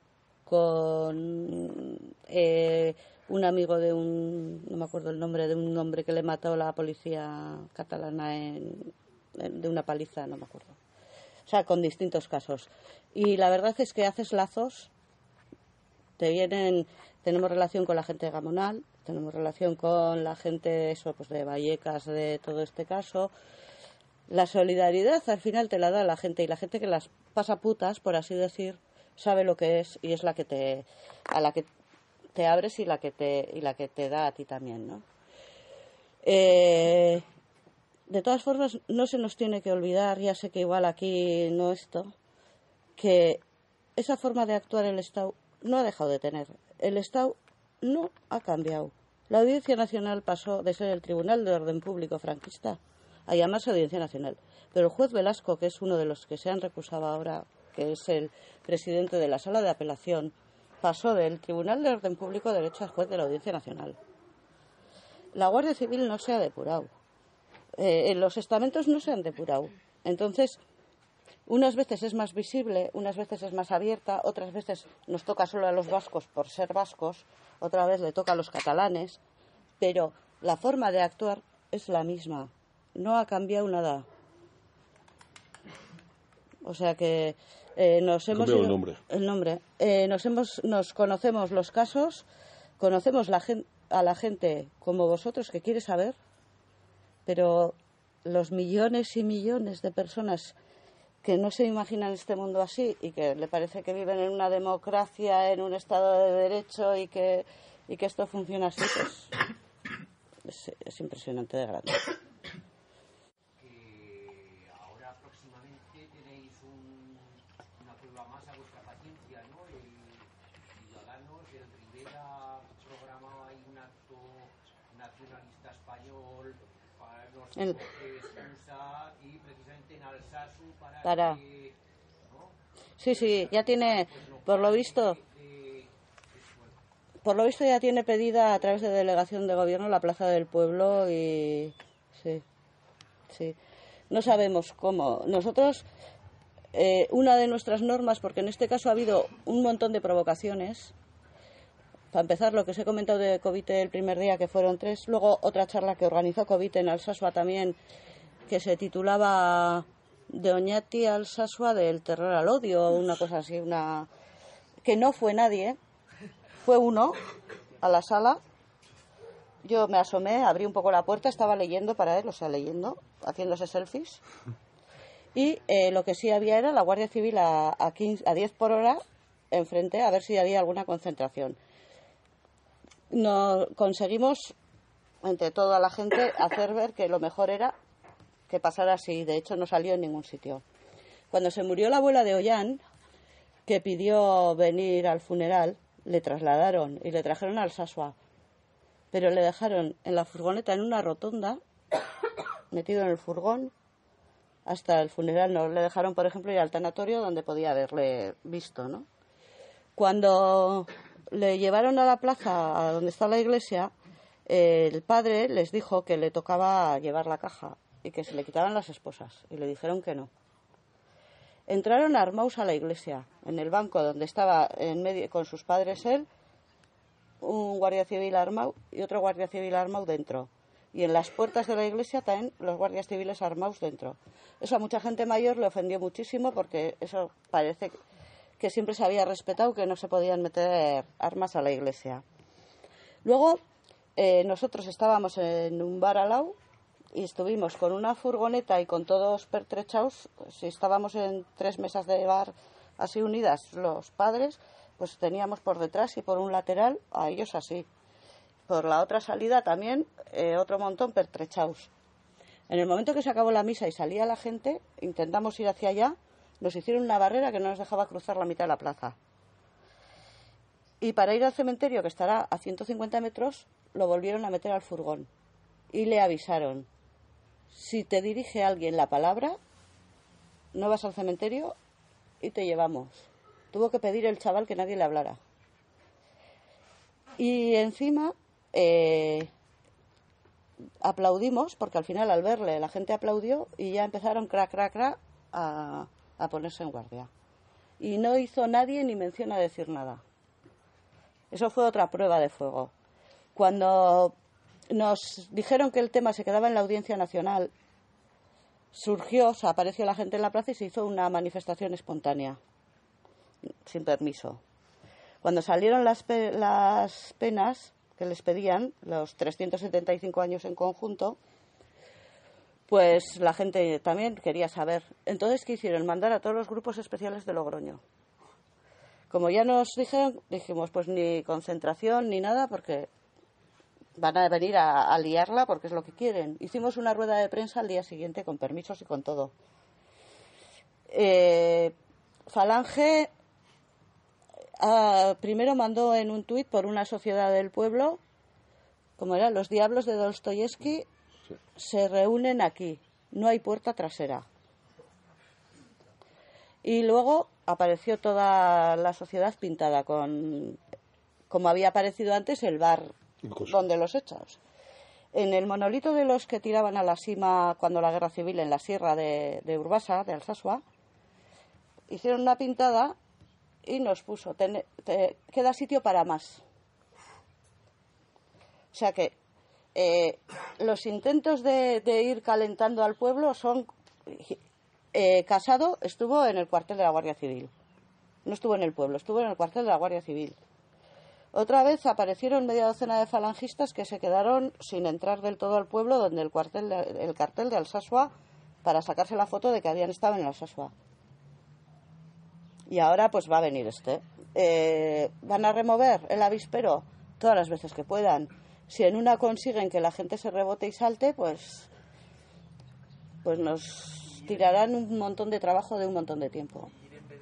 con eh, un amigo de un, no me acuerdo el nombre, de un hombre que le mató la policía catalana en, en, de una paliza, no me acuerdo. O sea, con distintos casos. Y la verdad es que haces lazos, te vienen, tenemos relación con la gente de Gamonal, tenemos relación con la gente eso, pues de Vallecas, de todo este caso. La solidaridad al final te la da la gente, y la gente que las pasaputas, por así decir, sabe lo que es y es la que te a la que te abres y la que te y la que te da a ti también, ¿no? Eh, de todas formas, no se nos tiene que olvidar, ya sé que igual aquí no esto, que esa forma de actuar el Estado no ha dejado de tener. El Estado no ha cambiado. La Audiencia Nacional pasó de ser el Tribunal de Orden Público franquista a llamarse Audiencia Nacional. Pero el juez Velasco, que es uno de los que se han recusado ahora, que es el presidente de la Sala de Apelación, pasó del Tribunal de Orden Público derecho al juez de la Audiencia Nacional. La Guardia Civil no se ha depurado. Eh, los estamentos no se han depurado. Entonces, unas veces es más visible, unas veces es más abierta, otras veces nos toca solo a los vascos por ser vascos, otra vez le toca a los catalanes, pero la forma de actuar es la misma. No ha cambiado nada. O sea que eh, nos hemos Cambiado ido, el nombre. El nombre. Eh, nos hemos, nos conocemos los casos, conocemos la gen, a la gente como vosotros que quiere saber, pero los millones y millones de personas que no se imaginan este mundo así y que le parece que viven en una democracia, en un Estado de Derecho y que, y que esto funciona así, pues es, es impresionante de grande. Que ahora próximamente tenéis un, una prueba más a vuestra paciencia, ¿no? El Ciudadanos, el Rivera programado ahí un acto nacionalista español para no sé El... por qué excusa y precisamente en Alsasu para, para... que, ¿no? Sí, sí, ya tiene, por lo visto, por lo visto ya tiene pedida a través de delegación de gobierno la Plaza del Pueblo y sí, sí. No sabemos cómo. Nosotros, eh, una de nuestras normas, porque en este caso ha habido un montón de provocaciones. Para empezar, lo que os he comentado de Covite el primer día, que fueron tres. Luego otra charla que organizó Covite en Alsasua también, que se titulaba De Oñati a Alsasua del terror al odio, o una cosa así, una que no fue nadie, fue uno a la sala. Yo me asomé, abrí un poco la puerta, estaba leyendo para él, o sea, leyendo, haciéndose selfies. Y eh, lo que sí había era la Guardia Civil a, a, quince, a diez por hora enfrente, a ver si había alguna concentración. No conseguimos, entre toda la gente, hacer ver que lo mejor era que pasara así. De hecho, no salió en ningún sitio. Cuando se murió la abuela de Ollán, que pidió venir al funeral, le trasladaron y le trajeron al Alsasua. Pero le dejaron en la furgoneta, en una rotonda, metido en el furgón, hasta el funeral. No le dejaron, por ejemplo, ir al tanatorio donde podía haberle visto, ¿no? Cuando le llevaron a la plaza, a donde está la iglesia, eh, el padre les dijo que le tocaba llevar la caja y que se le quitaban las esposas. Y le dijeron que no. Entraron armados a la iglesia, en el banco donde estaba en medio, con sus padres él, un guardia civil armado y otro guardia civil armado dentro. Y en las puertas de la iglesia también los guardias civiles armados dentro. Eso a mucha gente mayor le ofendió muchísimo porque eso parece que siempre se había respetado, que no se podían meter armas a la iglesia. Luego eh, nosotros estábamos en un bar al lado y estuvimos con una furgoneta y con todos pertrechados. Si estábamos en tres mesas de bar así unidas los padres, pues teníamos por detrás y por un lateral a ellos así. Por la otra salida también eh, otro montón pertrechados. En el momento que se acabó la misa y salía la gente, intentamos ir hacia allá, nos hicieron una barrera que no nos dejaba cruzar la mitad de la plaza. Y para ir al cementerio, que estará a ciento cincuenta metros, lo volvieron a meter al furgón. Y le avisaron: si te dirige alguien la palabra, no vas al cementerio y te llevamos. Tuvo que pedir el chaval que nadie le hablara. Y encima eh, aplaudimos, porque al final al verle la gente aplaudió y ya empezaron crac, crac, crac a, a ponerse en guardia. Y no hizo nadie ni mención a decir nada. Eso fue otra prueba de fuego. Cuando nos dijeron que el tema se quedaba en la Audiencia Nacional, surgió, o sea, apareció la gente en la plaza y se hizo una manifestación espontánea, sin permiso. Cuando salieron las, pe- las penas que les pedían, los trescientos setenta y cinco años en conjunto, Pues la gente también quería saber. Entonces, ¿qué hicieron? Mandar a todos los grupos especiales de Logroño. Como ya nos dijeron, dijimos, pues ni concentración ni nada, porque van a venir a, a liarla porque es lo que quieren. Hicimos una rueda de prensa al día siguiente con permisos y con todo. Eh, Falange ah, primero mandó en un tuit por una sociedad del pueblo, como era, los diablos de Dostoyevsky Sí. se reúnen aquí, no hay puerta trasera. Y luego apareció toda la sociedad pintada con, como había aparecido antes, el bar Cosa. donde los hechos. En el monolito de los que tiraban a la sima cuando la guerra civil en la sierra de, de Urbasa, de Alsasua, hicieron una pintada y nos puso, ten, te, queda sitio para más. O sea que eh, los intentos de, de ir calentando al pueblo son... Eh, Casado estuvo en el cuartel de la Guardia Civil. No estuvo en el pueblo, estuvo en el cuartel de la Guardia Civil. Otra vez aparecieron media docena de falangistas que se quedaron sin entrar del todo al pueblo, donde el, cuartel de, el cartel de Alsasua, para sacarse la foto de que habían estado en Alsasua. Y ahora pues va a venir este. Eh, van a remover el avispero todas las veces que puedan. Si en una consiguen que la gente se rebote y salte, pues, pues nos tirarán un montón de trabajo de un montón de tiempo.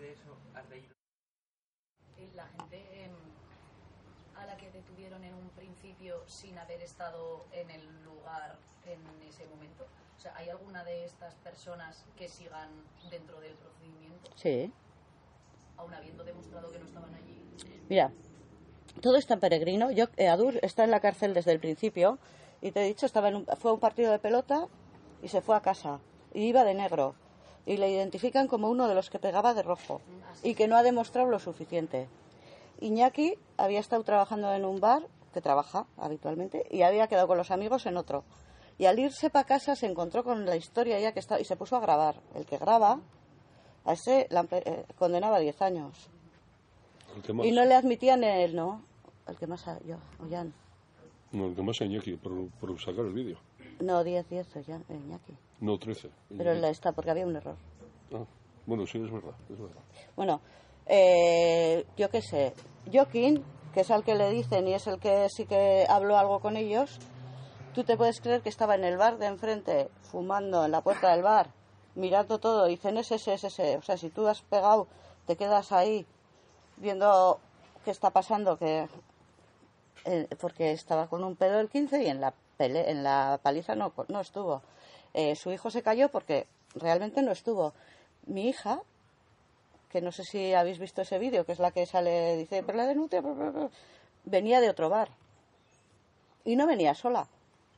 La gente eh, a la que detuvieron en un principio sin haber estado en el lugar en ese momento, o sea, ¿hay alguna de estas personas que sigan dentro del procedimiento? Sí. Aún habiendo demostrado que no estaban allí. Mira, todo está en peregrino. Yo, eh, Adur está en la cárcel desde el principio y te he dicho, estaba en un, fue a un partido de pelota y se fue a casa y iba de negro y le identifican como uno de los que pegaba de rojo y que no ha demostrado lo suficiente. Iñaki había estado trabajando en un bar, que trabaja habitualmente, y había quedado con los amigos en otro. Y al irse para casa se encontró con la historia ya que está y se puso a grabar. El que graba, a ese la, eh, condenaba a diez años. Y no le admitían el no, el que más, a, yo, Ollán. No, el que más a Iñaki, por, por sacar el vídeo. No, diez, diez, Ollán, Iñaki. No, trece. Pero él está, porque había un error. Ah, bueno, sí, es verdad, es verdad. Bueno, eh, yo qué sé, Joaquín, que es al que le dicen y es el que sí que habló algo con ellos, tú te puedes creer que estaba en el bar de enfrente, fumando en la puerta del bar, mirando todo, y dicen ese, ese, ese, ese. O sea, si tú has pegado, te quedas ahí viendo qué está pasando, que eh, porque estaba con un pedo el quince y en la pele, en la paliza no, no estuvo. Eh, su hijo se cayó porque realmente no estuvo. Mi hija, que no sé si habéis visto ese vídeo, que es la que sale, dice, pero la denuncia, venía de otro bar. Y no venía sola.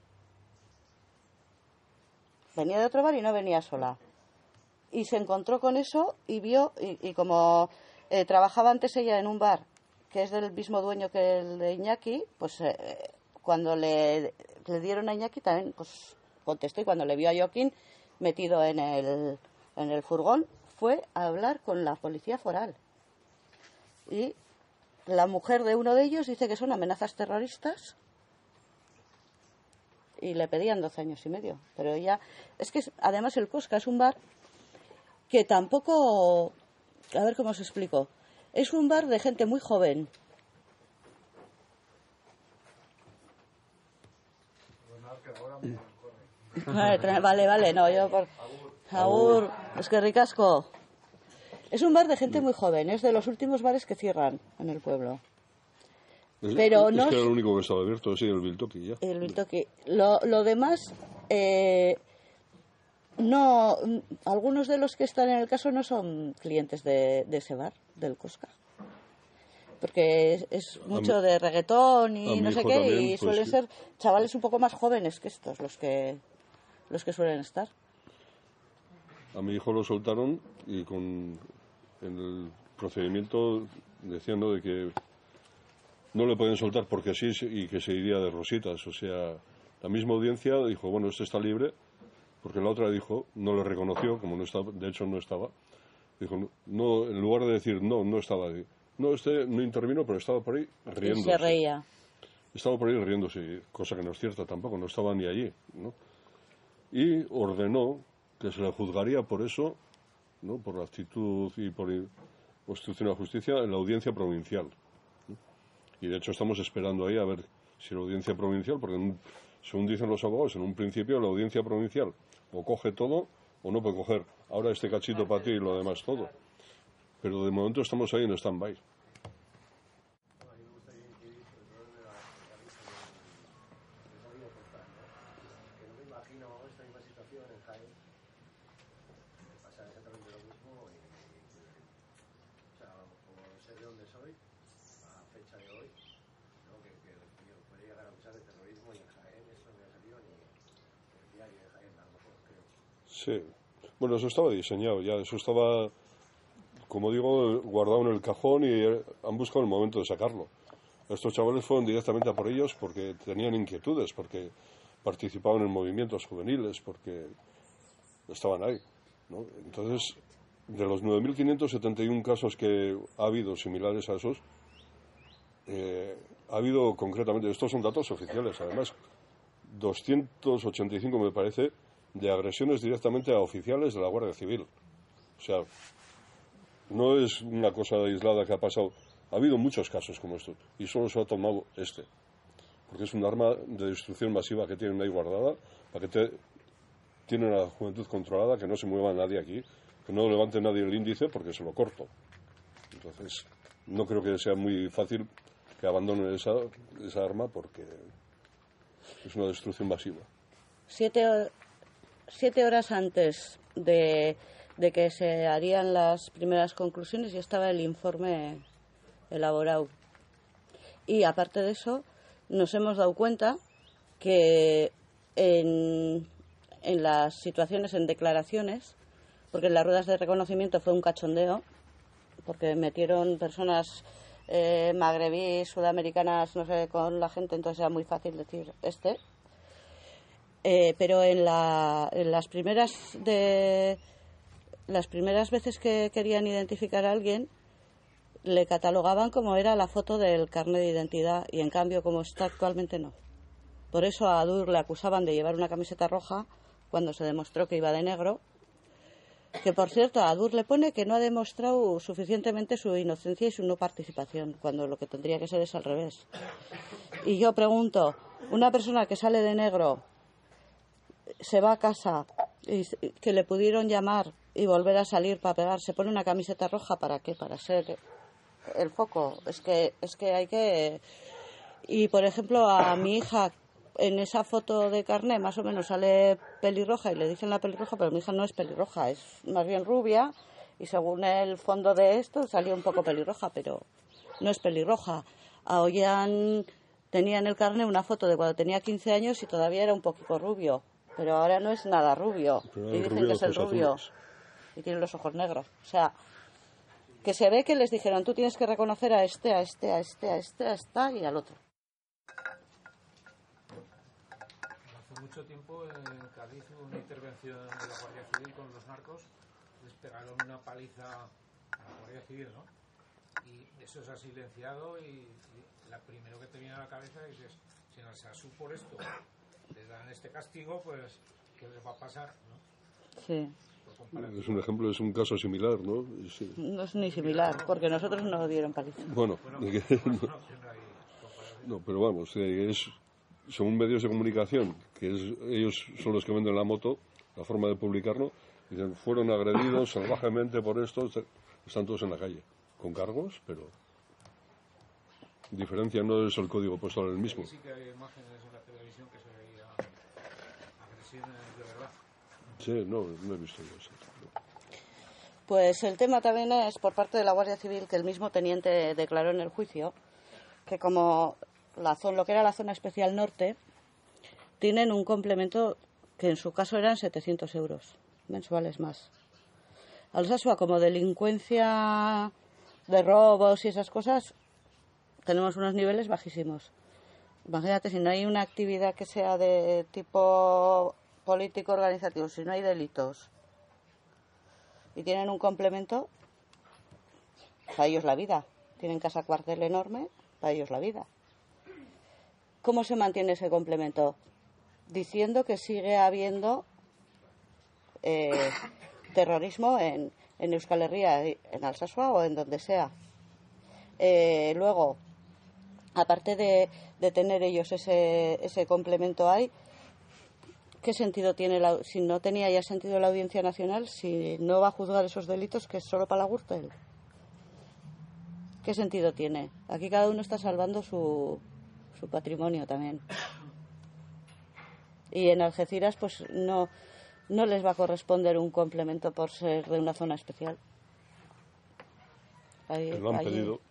Venía de otro bar y no venía sola. Y se encontró con eso y vio, y, y como eh, trabajaba antes ella en un bar, que es del mismo dueño que el de Iñaki, pues eh, cuando le, le dieron a Iñaki también pues contestó, y cuando le vio a Joaquín metido en el, en el furgón, fue a hablar con la policía foral. Y la mujer de uno de ellos dice que son amenazas terroristas y le pedían doce años y medio. Pero ella, es que además el Cosca es un bar que tampoco, a ver cómo os explico, es un bar de gente muy joven. Vale, vale, vale, no, yo por... Agur, es que ricasco. Es un bar de gente muy joven, es de los últimos bares que cierran en el pueblo. Es, Pero es no que era el único que estaba abierto, sí, el Biltoki ya. El Biltoki. Lo, lo demás, eh, no, algunos de los que están en el caso no son clientes de, de ese bar, del Cosca. Porque es, es mucho mi, de reggaetón y no sé qué, también, y pues, suelen sí. ser chavales un poco más jóvenes que estos, los que, los que suelen estar. A mi hijo lo soltaron y con en el procedimiento decían, ¿no?, de que no le pueden soltar porque sí y que se iría de rositas. O sea, la misma audiencia dijo, bueno, este está libre, porque la otra dijo, no le reconoció, como no estaba, de hecho no estaba. Dijo, no, en lugar de decir, no, no estaba ahí. No, este no intervino, pero estaba por ahí riéndose. Y se reía. Estaba por ahí riéndose, cosa que no es cierta tampoco, no estaba ni allí, ¿no? y ordenó que se le juzgaría por eso, ¿no?, por la actitud y por obstrucción a la justicia en la audiencia provincial. Y de hecho estamos esperando ahí a ver si la audiencia provincial, porque en un, según dicen los abogados, en un principio la audiencia provincial o coge todo o no puede coger ahora este cachito para ti y lo demás todo. Pero de momento estamos ahí en stand-by. Sí, bueno, eso estaba diseñado ya, eso estaba, como digo, guardado en el cajón y han buscado el momento de sacarlo. Estos chavales fueron directamente a por ellos porque tenían inquietudes, porque participaban en movimientos juveniles, porque estaban ahí, ¿no? Entonces, de los nueve mil quinientos setenta y uno casos que ha habido similares a esos, eh, ha habido concretamente, estos son datos oficiales, además, doscientos ochenta y cinco me parece, de agresiones directamente a oficiales de la Guardia Civil. O sea, no es una cosa aislada que ha pasado. Ha habido muchos casos como estos y solo se ha tomado este. Porque es un arma de destrucción masiva que tienen ahí guardada, para que te, tienen a la juventud controlada, que no se mueva nadie aquí, que no levante nadie el índice porque se lo corto. Entonces, no creo que sea muy fácil que abandonen esa, esa arma porque es una destrucción masiva. Siete... Siete horas antes de, de que se harían las primeras conclusiones ya estaba el informe elaborado. Y aparte de eso, nos hemos dado cuenta que en, en las situaciones, en declaraciones, porque en las ruedas de reconocimiento fue un cachondeo, porque metieron personas eh, magrebíes, sudamericanas, no sé, con la gente, entonces era muy fácil decir este. Eh, pero en, la, en las primeras de las primeras veces que querían identificar a alguien le catalogaban como era la foto del carnet de identidad y en cambio como está actualmente no. Por eso a Adur le acusaban de llevar una camiseta roja cuando se demostró que iba de negro, que por cierto a Adur le pone que no ha demostrado suficientemente su inocencia y su no participación, cuando lo que tendría que ser es al revés. Y yo pregunto, una persona que sale de negro se va a casa y que le pudieron llamar y volver a salir para pegar, se pone una camiseta roja, ¿para qué? Para ser el foco. Es que es que hay que... Y por ejemplo a mi hija en esa foto de carné más o menos sale pelirroja y le dicen la pelirroja, pero mi hija no es pelirroja, es más bien rubia y según el fondo de esto salió un poco pelirroja, pero no es pelirroja. A Ollán tenía en el carné una foto de cuando tenía quince años y todavía era un poquito rubio. Pero ahora no es nada rubio. Pero y dicen que es el rubio. Azules. Y tiene los ojos negros. O sea, que se ve que les dijeron, tú tienes que reconocer a este, a este, a este, a este, a esta y al otro. Hace mucho tiempo en Cádiz hubo una intervención de la Guardia Civil con los narcos. Les pegaron una paliza a la Guardia Civil, ¿no? Y eso se ha silenciado y, y la primero que te viene a la cabeza dices, si no se asume por esto, les dan este castigo, pues, ¿qué les va a pasar, no? Sí. Es un ejemplo, es un caso similar, ¿no? Sí. No es ni similar, porque nosotros no dieron paliza. Bueno, no, no, pero vamos, es, según medios de comunicación, que es, ellos son los que venden la moto, la forma de publicarlo, dicen, fueron agredidos salvajemente por esto, están todos en la calle, con cargos, pero diferencia no es el código postal el mismo. Sí que hay imágenes en la televisión que se veía agresiones de verdad. Sí, no, no he visto yo eso. No. Pues el tema también es por parte de la Guardia Civil que el mismo teniente declaró en el juicio que como la zona, lo que era la zona especial norte, tienen un complemento que en su caso eran setecientos euros mensuales más. Alsasua, como delincuencia de robos y esas cosas, tenemos unos niveles bajísimos. Imagínate, si no hay una actividad que sea de tipo político organizativo, si no hay delitos y tienen un complemento, para ellos la vida. Tienen casa cuartel enorme, para ellos la vida. ¿Cómo se mantiene ese complemento? Diciendo que sigue habiendo eh, terrorismo en, en Euskal Herria, en Alsasua o en donde sea. Eh, luego, aparte de, de tener ellos ese, ese complemento ahí, ¿qué sentido tiene, la, si no tenía ya sentido la Audiencia Nacional, si no va a juzgar esos delitos que es solo para la Gürtel? ¿Qué sentido tiene? Aquí cada uno está salvando su, su patrimonio también. Y en Algeciras pues no, no les va a corresponder un complemento por ser de una zona especial. Ahí, lo han allí. pedido.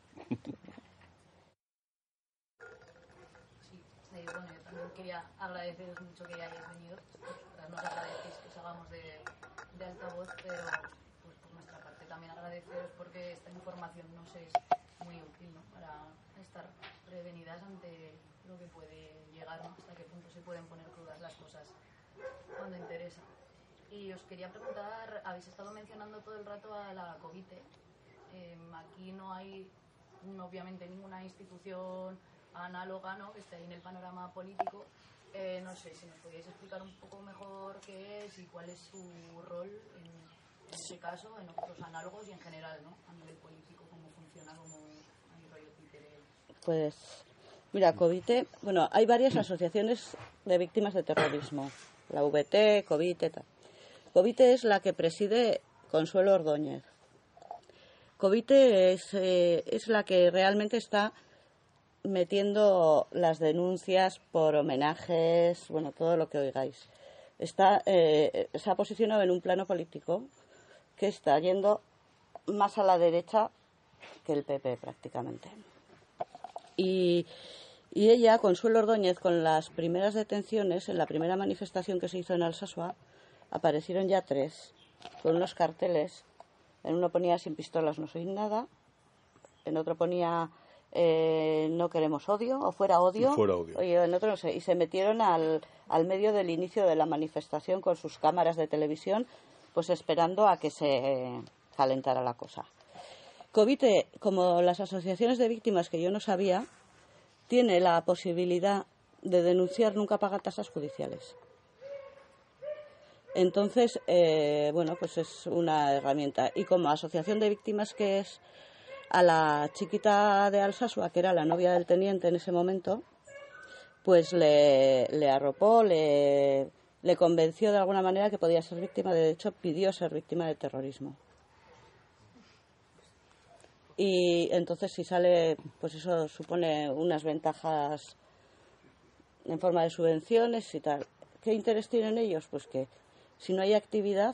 Sí, eh, bueno, yo también quería agradeceros mucho que hayáis venido. Pues, nos agradecéis que os hagamos de, de altavoz, pero pues, por nuestra parte también agradeceros porque esta información nos es muy útil, ¿no? Para estar prevenidas ante lo que puede llegar, ¿no? Hasta qué punto se pueden poner crudas las cosas cuando interesa. Y os quería preguntar, habéis estado mencionando todo el rato a la Covite. Eh, aquí no hay obviamente ninguna institución análoga, ¿no?, que esté ahí en el panorama político. Eh, no sé si nos podíais explicar un poco mejor qué es y cuál es su rol en, en este caso, en otros análogos y en general, ¿no?, a nivel político, cómo funciona, cómo hay rollo Twitter. Pues mira, Covite, bueno, hay varias asociaciones de víctimas de terrorismo, la V T, Covite, tal. Covite es la que preside Consuelo Ordóñez. Covite es, eh, es la que realmente está metiendo las denuncias por homenajes, bueno, todo lo que oigáis. Está, eh, se ha posicionado en un plano político que está yendo más a la derecha que el P P prácticamente. Y, y ella, Consuelo Ordóñez, con las primeras detenciones, en la primera manifestación que se hizo en Alsasua, aparecieron ya tres, con unos carteles. En uno ponía sin pistolas no soy nada, en otro ponía eh, no queremos odio, o fuera odio, fuera odio. Y en otro no sé, y se metieron al, al medio del inicio de la manifestación con sus cámaras de televisión, pues esperando a que se calentara la cosa. Covite, como las asociaciones de víctimas que yo no sabía, tiene la posibilidad de denunciar, nunca paga tasas judiciales. Entonces, eh, bueno, pues es una herramienta. Y como asociación de víctimas que es, a la chiquita de Alsasua, que era la novia del teniente en ese momento, pues le, le arropó, le, le convenció de alguna manera que podía ser víctima. De hecho, pidió ser víctima de terrorismo. Y entonces si sale, pues eso supone unas ventajas en forma de subvenciones y tal. ¿Qué interés tienen ellos? Pues que si no hay actividad,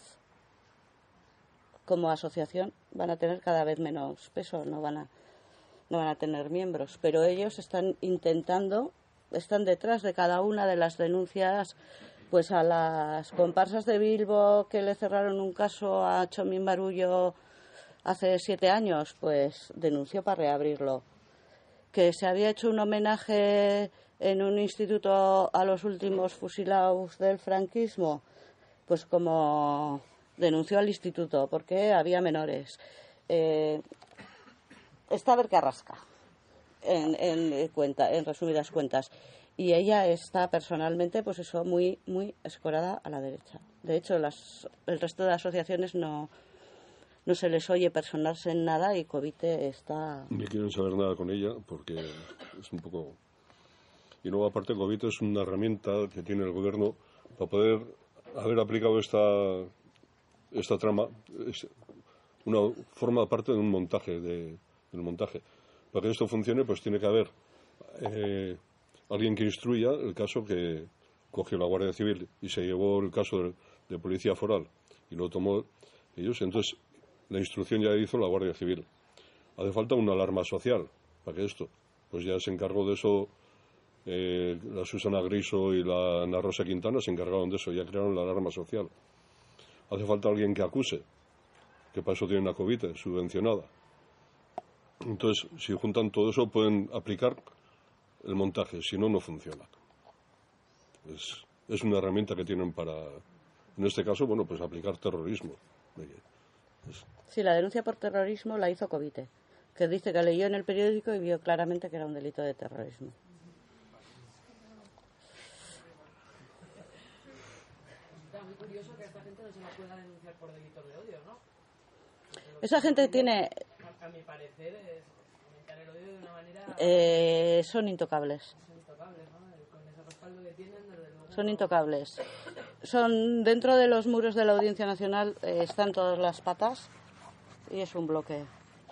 como asociación van a tener cada vez menos peso, no van a, no van a tener miembros. Pero ellos están intentando, están detrás de cada una de las denuncias, pues a las comparsas de Bilbo que le cerraron un caso a Chomín Barullo hace siete años, pues denunció para reabrirlo. Que se había hecho un homenaje en un instituto a los últimos fusilados del franquismo, pues como denunció al instituto porque había menores. Eh, está a ver qué arrasca, en, en, cuenta, en resumidas cuentas. Y ella está personalmente, pues eso, muy, muy escorada a la derecha. De hecho, las, el resto de asociaciones no... no se les oye personarse en nada y Covite está... Ni quieren saber nada con ella porque es un poco... Y luego, aparte, Covite es una herramienta que tiene el gobierno para poder haber aplicado esta, esta trama. Es una forma parte de un montaje, de, del montaje. Para que esto funcione, pues tiene que haber eh, alguien que instruya el caso que cogió la Guardia Civil y se llevó el caso de, de Policía Foral y lo tomó ellos. Entonces, la instrucción ya hizo la Guardia Civil. Hace falta una alarma social para que esto, pues ya se encargó de eso eh, la Susana Griso y la Ana Rosa Quintana, se encargaron de eso, ya crearon la alarma social. Hace falta alguien que acuse, que para eso tiene una Covite subvencionada. Entonces, si juntan todo eso, pueden aplicar el montaje, si no, no funciona. Es, es una herramienta que tienen para, en este caso, bueno, pues aplicar terrorismo. Es, Sí, la denuncia por terrorismo la hizo Covite, que dice que leyó en el periódico y vio claramente que era un delito de terrorismo. muy curioso que a esta gente no se la pueda denunciar por delitos de odio, ¿no? Esa gente tiene... A, a mi parecer, es fomentar el odio de una manera... Eh, son intocables. Son intocables, ¿no? Con ese respaldo que tienen, desde luego... Son intocables. Son dentro de los muros de la Audiencia Nacional, eh, están todas las patas y es un bloque.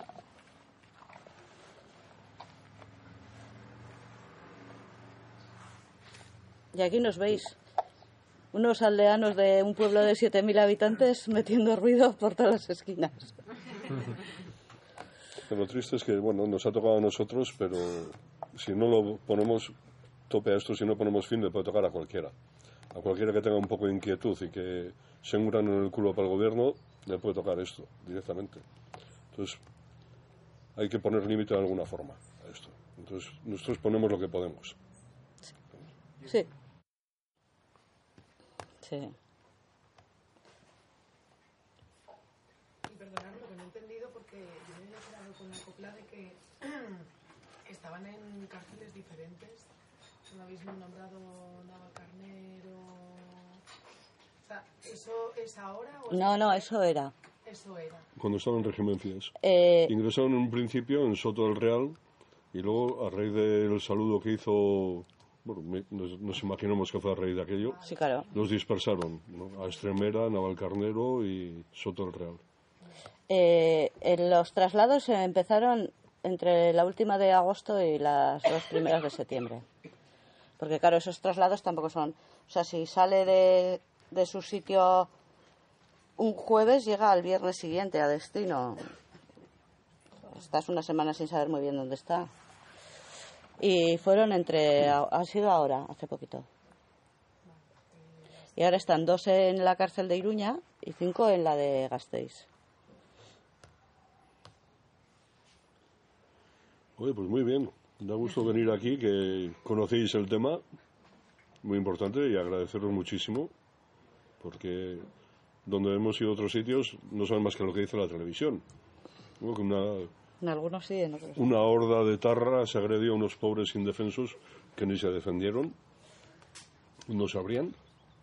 Y aquí nos veis, unos aldeanos de un pueblo de siete mil habitantes metiendo ruido por todas las esquinas. Lo triste es que, bueno, nos ha tocado a nosotros, pero si no lo ponemos tope a esto, si no ponemos fin, le puede tocar a cualquiera. A cualquiera que tenga un poco de inquietud y que se enguran en el culo para el gobierno, le puede tocar esto directamente. Entonces, hay que poner límite de alguna forma a esto. Entonces, nosotros ponemos lo que podemos. Sí. Sí. Y perdonad lo que no he entendido, porque yo me he quedado con la copla de que estaban en cárceles diferentes. ¿No habéis nombrado Navalcarnero? O sea, ¿eso es ahora? O No, no, eso era. Eso era. Cuando estaban en regimencias. Eh... Ingresaron en un principio en Soto del Real y luego, a raíz del saludo que hizo... Bueno, me, nos, nos imaginamos que fue a raíz de aquello. Sí, claro. Los dispersaron, ¿no? A Estremera, Navalcarnero y Soto del Real. Eh, en los traslados empezaron entre la última de agosto y las dos primeras de septiembre. Porque, claro, esos traslados tampoco son... O sea, si sale de, de su sitio un jueves, llega al viernes siguiente a destino. Estás una semana sin saber muy bien dónde está. Y fueron entre... Ha sido ahora, hace poquito. Y ahora están dos en la cárcel de Iruña y cinco en la de Gasteiz. Oye, pues muy bien. Da gusto venir aquí, que conocéis el tema. Muy importante, y agradeceros muchísimo. Porque donde hemos ido a otros sitios no saben más que lo que dice la televisión. ¿No? Que una... En algunos sí, en otros no. Una horda de tarra se agredió a unos pobres indefensos que ni se defendieron, no sabrían.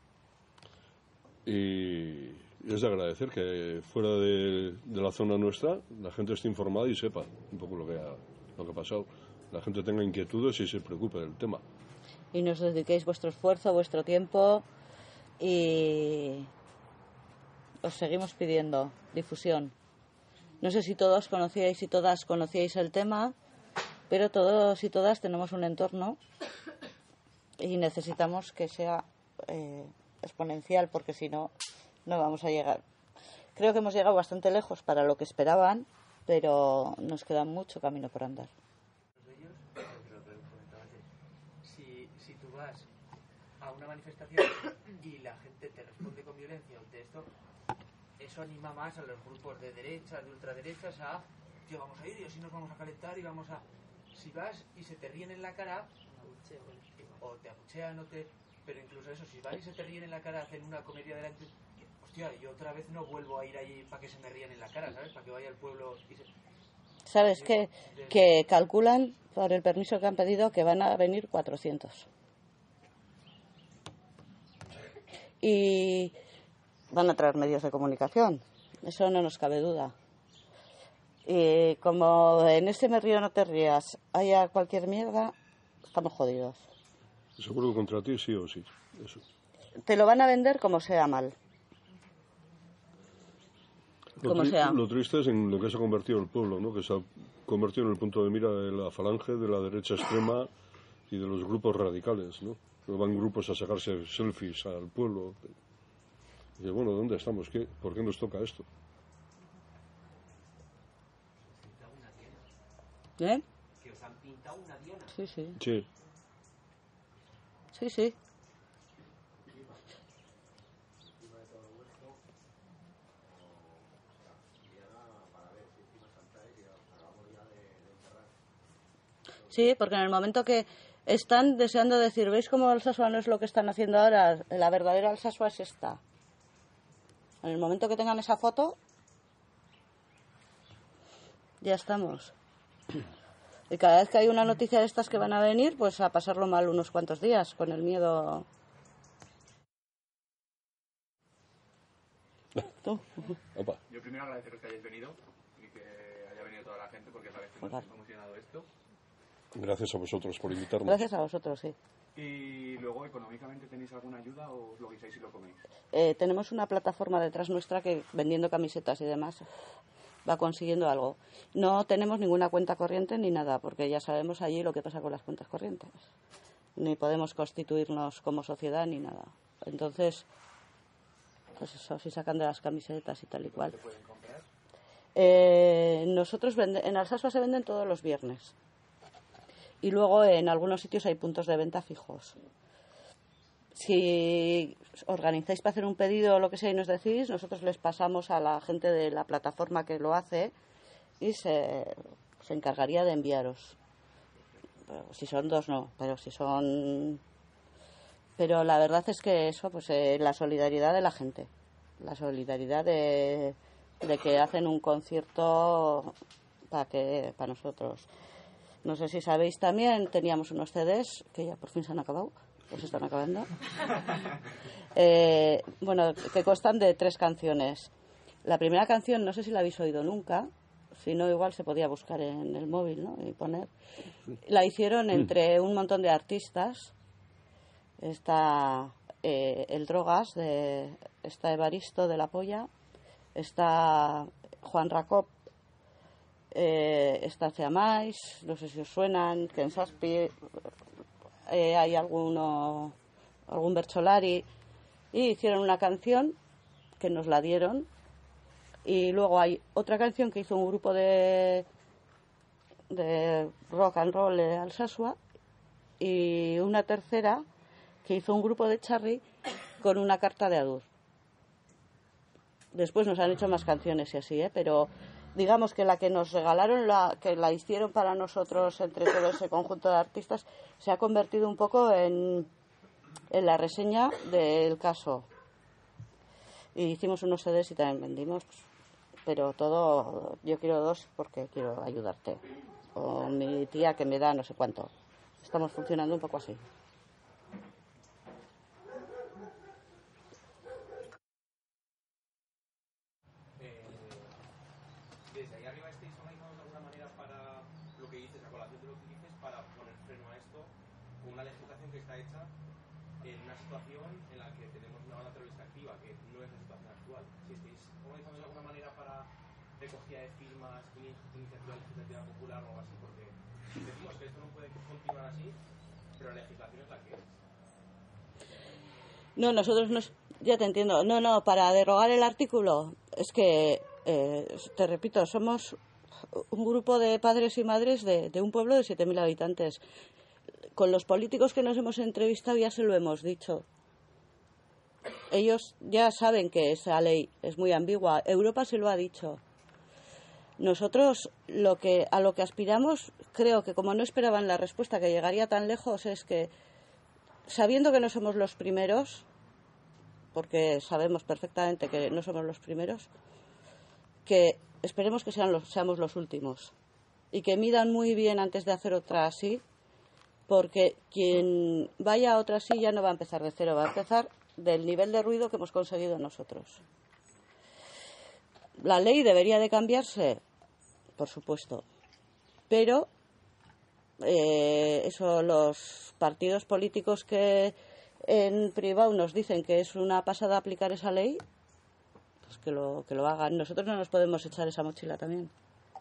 Y es de agradecer que fuera de, de la zona nuestra la gente esté informada y sepa un poco lo que ha, lo que ha pasado. La gente tenga inquietudes y se preocupe del tema. Y nos dediquéis vuestro esfuerzo, vuestro tiempo, y os seguimos pidiendo difusión. No sé si todos conocíais y todas conocíais el tema, pero todos y todas tenemos un entorno y necesitamos que sea eh, exponencial, porque si no, no vamos a llegar. Creo que hemos llegado bastante lejos para lo que esperaban, pero nos queda mucho camino por andar. Si, si tú vas a una manifestación y la gente te responde con violencia ante esto, eso anima más a los grupos de derechas, de ultraderechas, a, tío, vamos a ir y así nos vamos a calentar y vamos a... Si vas y se te ríen en la cara, o te abuchean, o te... Pero incluso eso, si vas y se te ríen en la cara, hacen una comedia delante... Hostia, yo otra vez no vuelvo a ir ahí para que se me rían en la cara, ¿sabes? Para que vaya al pueblo y se... ¿Sabes qué? Que calculan, por el permiso que han pedido, que van a venir cuatrocientos. Y... van a traer medios de comunicación, eso no nos cabe duda. Y como en este me río no te rías haya cualquier mierda, estamos jodidos. Seguro que contra ti sí o sí. Eso. Te lo van a vender como sea mal. Lo, como tri sea. Lo triste es en lo que se ha convertido el pueblo, ¿no? Que se ha convertido en el punto de mira de la falange, de la derecha extrema y de los grupos radicales, ¿no? Van grupos a sacarse selfies al pueblo. Y dice, bueno, ¿dónde estamos? ¿Qué? ¿Por qué nos toca esto? ¿Eh? Que os han pintado una diana. Sí, sí. Sí. Sí, sí. Sí, porque en el momento que están deseando decir, ¿veis cómo Alsasua no es lo que están haciendo ahora? La verdadera Alsasua es esta. En el momento que tengan esa foto, ya estamos. Y cada vez que hay una noticia de estas que van a venir, pues a pasarlo mal unos cuantos días, con el miedo. Tú. Opa. Yo primero agradeceros que hayáis venido y que haya venido toda la gente porque parece muy emocionado esto. Gracias a vosotros por invitarnos. Gracias a vosotros, sí. Y luego, ¿económicamente tenéis alguna ayuda o os lo guisáis y lo coméis? Eh, tenemos una plataforma detrás nuestra que, vendiendo camisetas y demás, va consiguiendo algo. No tenemos ninguna cuenta corriente ni nada, porque ya sabemos allí lo que pasa con las cuentas corrientes. Ni podemos constituirnos como sociedad ni nada. Entonces, pues eso, si sacan de las camisetas y tal y cual. ¿Te pueden comprar? Eh, nosotros vende, en Alsasua se venden todos los viernes. Y luego en algunos sitios hay puntos de venta fijos. Si organizáis para hacer un pedido o lo que sea y nos decís, nosotros les pasamos a la gente de la plataforma que lo hace y se, se encargaría de enviaros. Pero si son dos, no, pero si son... Pero la verdad es que eso, pues eh, la solidaridad de la gente, la solidaridad de, de que hacen un concierto para que para nosotros. No sé si sabéis también, teníamos unos C Ds que ya por fin se han acabado, pues están acabando. Eh, bueno, que constan de tres canciones. La primera canción, no sé si la habéis oído nunca, si no igual se podía buscar en el móvil, ¿no? Y poner. La hicieron entre un montón de artistas. Está eh, el Drogas, de, está Evaristo de la Polla, está Juan Racop, eh, está Ceamais, no sé si os suenan, Ken Saspi, eh, hay alguno, algún Bercholari, y hicieron una canción que nos la dieron, y luego hay otra canción que hizo un grupo de, de rock and roll de Alsasua, y una tercera que hizo un grupo de Charry con una carta de Adur. Después nos han hecho más canciones y así, ¿eh? Pero digamos que la que nos regalaron, la que la hicieron para nosotros entre todo ese conjunto de artistas, se ha convertido un poco en, en la reseña del caso. Y hicimos unos C Ds y también vendimos, pero todo, yo quiero dos porque quiero ayudarte. O mi tía que me da no sé cuánto. Estamos funcionando un poco así. Recogida de firmas, iniciativa legislativa popular o algo así, porque decimos que esto no puede continuar así, pero la legislación es la que es. No, nosotros nos, ya te entiendo. No, no, para derogar el artículo es que, eh, te repito, somos un grupo de padres y madres de, de un pueblo de siete mil habitantes. Con los políticos que nos hemos entrevistado ya se lo hemos dicho. Ellos ya saben que esa ley es muy ambigua. Europa se lo ha dicho. Nosotros lo que a lo que aspiramos, creo que como no esperaban la respuesta que llegaría tan lejos, es que, sabiendo que no somos los primeros, porque sabemos perfectamente que no somos los primeros, que esperemos que sean los, seamos los últimos y que midan muy bien antes de hacer otra así, porque quien vaya a otra así ya no va a empezar de cero, va a empezar del nivel de ruido que hemos conseguido nosotros. La ley debería de cambiarse, por supuesto, pero eh, eso, los partidos políticos que en privado nos dicen que es una pasada aplicar esa ley, pues que lo, que lo hagan. Nosotros no nos podemos echar esa mochila también.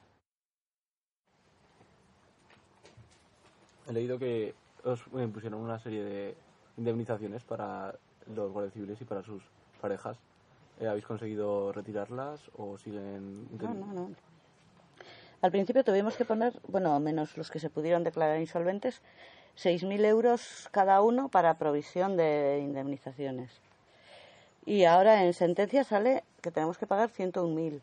He leído que os impusieron una serie de indemnizaciones para los guardias civiles y para sus parejas. Eh, ¿Habéis conseguido retirarlas o siguen...? No, no, no. Al principio tuvimos que poner, bueno, menos los que se pudieron declarar insolventes, seis mil euros cada uno para provisión de indemnizaciones. Y ahora en sentencia sale que tenemos que pagar ciento un mil.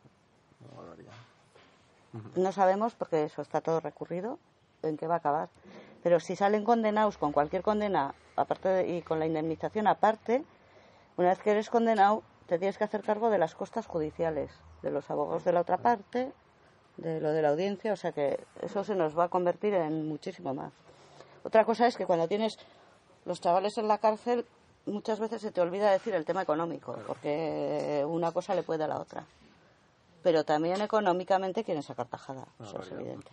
No sabemos, porque eso está todo recurrido, en qué va a acabar. Pero si salen condenados con cualquier condena aparte de, y con la indemnización aparte, una vez que eres condenado te tienes que hacer cargo de las costas judiciales, de los abogados de la otra parte, de lo de la audiencia, o sea que eso se nos va a convertir en muchísimo más. Otra cosa es que cuando tienes los chavales en la cárcel, muchas veces se te olvida decir el tema económico, porque una cosa le puede a la otra. Pero también económicamente quieren sacar tajada, No, eso es claro. evidente.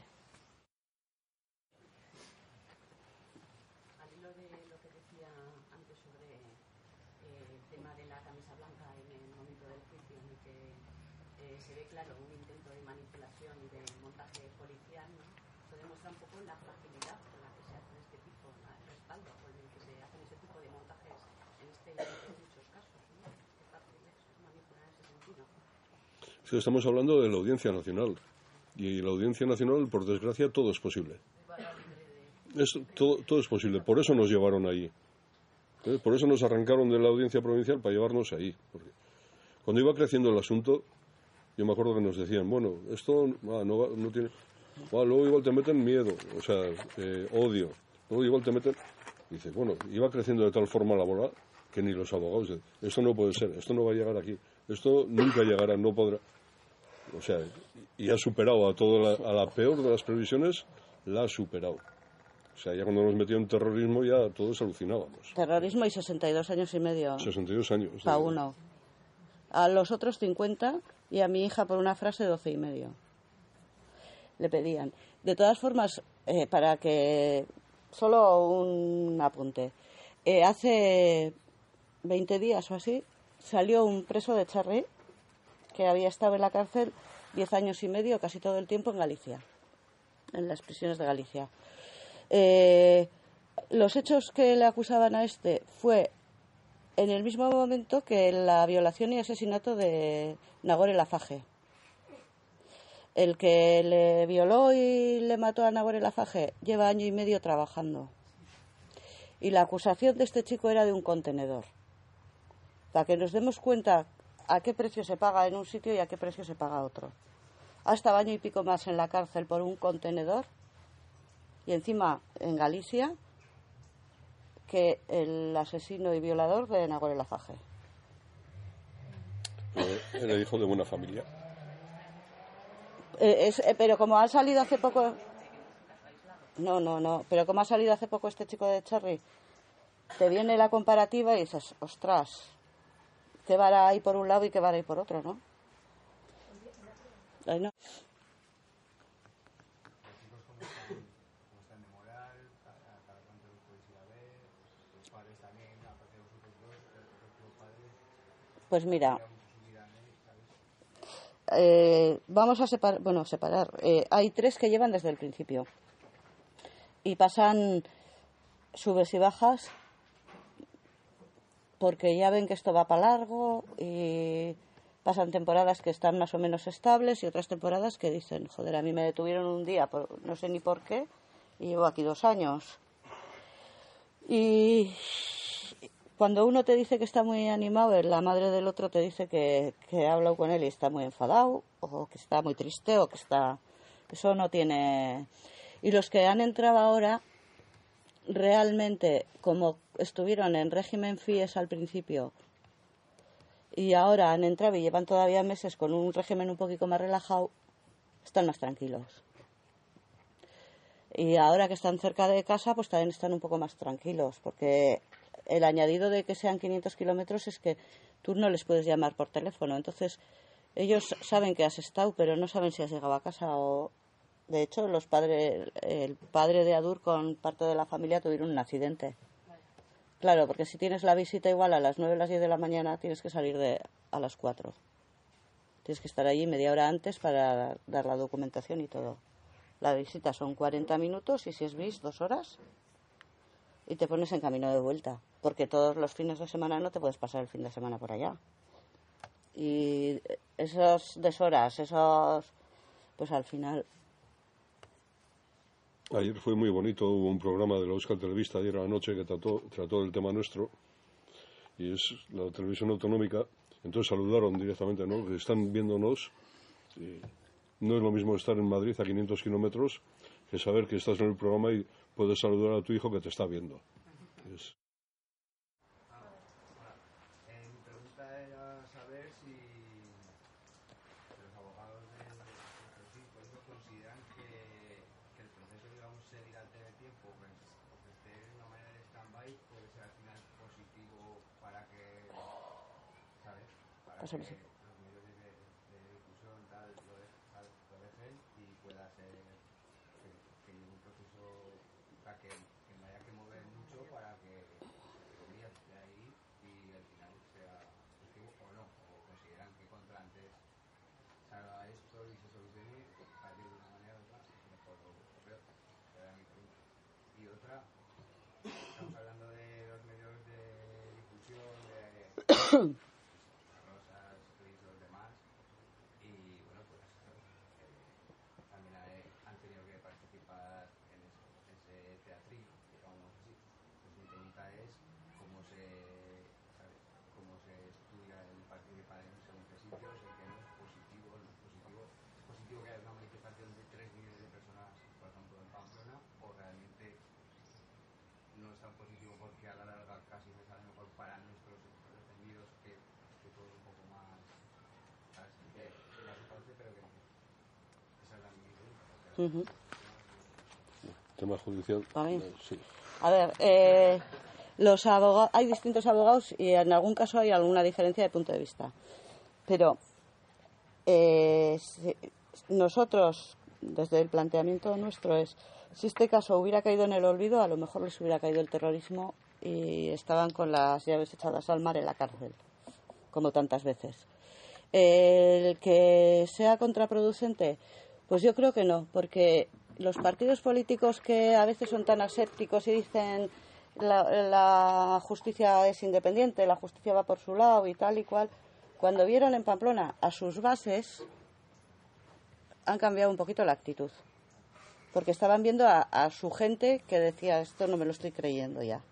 Al hilo de lo que decía antes sobre eh, el tema de la camisa blanca en el momento del juicio, en el que eh, se ve claro un intento de manipulación y de montaje policial, ¿no? Eso demuestra un poco la fragilidad con la que se hacen este tipo, ¿no? El respaldo con el que se hacen este tipo de montajes en, este, en muchos casos, ¿no? Qué fácil es manipular en ese sentido. Sí, estamos hablando de la Audiencia Nacional. Y la Audiencia Nacional, por desgracia, todo es posible. Es, todo, todo es posible. Por eso nos llevaron ahí. ¿Eh? Por eso nos arrancaron de la Audiencia Provincial para llevarnos ahí. Porque cuando iba creciendo el asunto, yo me acuerdo que nos decían, bueno, esto ah, no, va, no tiene... Ah, luego igual te meten miedo, o sea, eh, odio. Luego igual te meten... Dice, bueno, iba creciendo de tal forma la bola que ni los abogados... De, esto no puede ser, esto no va a llegar aquí. Esto nunca llegará, no podrá... O sea, y ha superado a toda la, a la peor de las previsiones, la ha superado. O sea, ya cuando nos metió en terrorismo ya todos alucinábamos. Terrorismo y sesenta y dos años y medio. sesenta y dos años. A uno. A los otros cincuenta y a mi hija por una frase doce y medio. Le pedían. De todas formas, eh, para que... Solo un apunte. Eh, hace veinte días o así salió un preso de Charri que había estado en la cárcel diez años y medio, casi todo el tiempo en Galicia, en las prisiones de Galicia. Eh, los hechos que le acusaban a este fue en el mismo momento que la violación y asesinato de Nagore Laffage. El que le violó y le mató a Nagore Laffage lleva año y medio trabajando. Y la acusación de este chico era de un contenedor. Para que nos demos cuenta a qué precio se paga en un sitio y a qué precio se paga otro. Hasta año y pico más en la cárcel por un contenedor y encima en Galicia que el asesino y violador de Nagore Laffage. Era hijo de buena familia. Eh, es, eh, pero como ha salido hace poco... No, no, no. Pero como ha salido hace poco este chico de Charri, te viene la comparativa y dices, ostras... ¿Qué vara hay por un lado y qué vara hay por otro, no? Ay, no. Pues mira, eh, vamos a separar, bueno, separar. Eh, hay tres que llevan desde el principio y pasan subes y bajas porque ya ven que esto va para largo y pasan temporadas que están más o menos estables y otras temporadas que dicen, joder, a mí me detuvieron un día, por, no sé ni por qué, y llevo aquí dos años. Y cuando uno te dice que está muy animado, la madre del otro te dice que, que ha hablado con él y está muy enfadado, o que está muy triste, o que está... Eso no tiene... Y los que han entrado ahora, realmente, como estuvieron en régimen FIES al principio, y ahora han entrado y llevan todavía meses con un régimen un poquito más relajado, están más tranquilos. Y ahora que están cerca de casa, pues también están un poco más tranquilos, porque el añadido de que sean quinientos kilómetros es que tú no les puedes llamar por teléfono. Entonces, ellos saben que has estado, pero no saben si has llegado a casa o... De hecho, los padres, el padre de Adur con parte de la familia tuvieron un accidente. Claro, porque si tienes la visita igual a las nueve o las diez de la mañana, tienes que salir de a las cuatro. Tienes que estar allí media hora antes para dar la documentación y todo. La visita son cuarenta minutos y si es bis, dos horas. Y te pones en camino de vuelta. Porque todos los fines de semana no te puedes pasar el fin de semana por allá. Y esos deshoras, esos... Pues al final... Ayer fue muy bonito, hubo un programa de la Euskal Televista ayer a la noche que trató, trató del tema nuestro, y es la televisión autonómica, entonces saludaron directamente, ¿no? Que están viéndonos, y no es lo mismo estar en Madrid a quinientos kilómetros que saber que estás en el programa y puedes saludar a tu hijo que te está viendo. Es... Eh, mi pregunta era saber si los abogados de los hijos no consideran que que el proceso, digamos, se dilate en el tiempo, pues, o que esté de una manera de stand-by, puede ser al final positivo Pásale, sí. los medios de, de difusión tal, lo, de, tal, lo dejen y pueda ser que, que lleve un proceso, o sea, que, que me haya que mover mucho para que comillas esté ahí y al final sea efectivo o no, o consideran que contra antes salga esto y se solucione para que de una manera u otra mejor o peor. Era mi pregunta. Y otra, estamos hablando de los medios de difusión, de Rosas, Luis, los demás, y bueno, pues eh, también hay- han tenido que participar en eso, ese teatrillo, digamos así. Pues mi pregunta es cómo se, ¿sabes? Cómo se estudia el participar en según qué sitios, el que no es positivo, no es positivo. ¿Es positivo que haya una manifestación de tres millones de personas, por ejemplo, en Pamplona, o realmente no es tan positivo porque a la larga casi me sale mejor para nuestros defendidos que, que todo un poco más, ¿sabes? Que no se conoce, pero que no. Esa es la mi pregunta. Ujú. Tema judicial. ¿A mí? eh, sí. A ver, eh, los abogados, hay distintos abogados y en algún caso hay alguna diferencia de punto de vista. Pero eh, si- nosotros, desde el planteamiento nuestro, es si este caso hubiera caído en el olvido, a lo mejor les hubiera caído el terrorismo y estaban con las llaves echadas al mar en la cárcel, como tantas veces. El que sea contraproducente, pues yo creo que no, porque los partidos políticos que a veces son tan asépticos y dicen la, la justicia es independiente, la justicia va por su lado y tal y cual, cuando vieron en Pamplona a sus bases, han cambiado un poquito la actitud, porque estaban viendo a, a su gente que decía, esto no me lo estoy creyendo ya.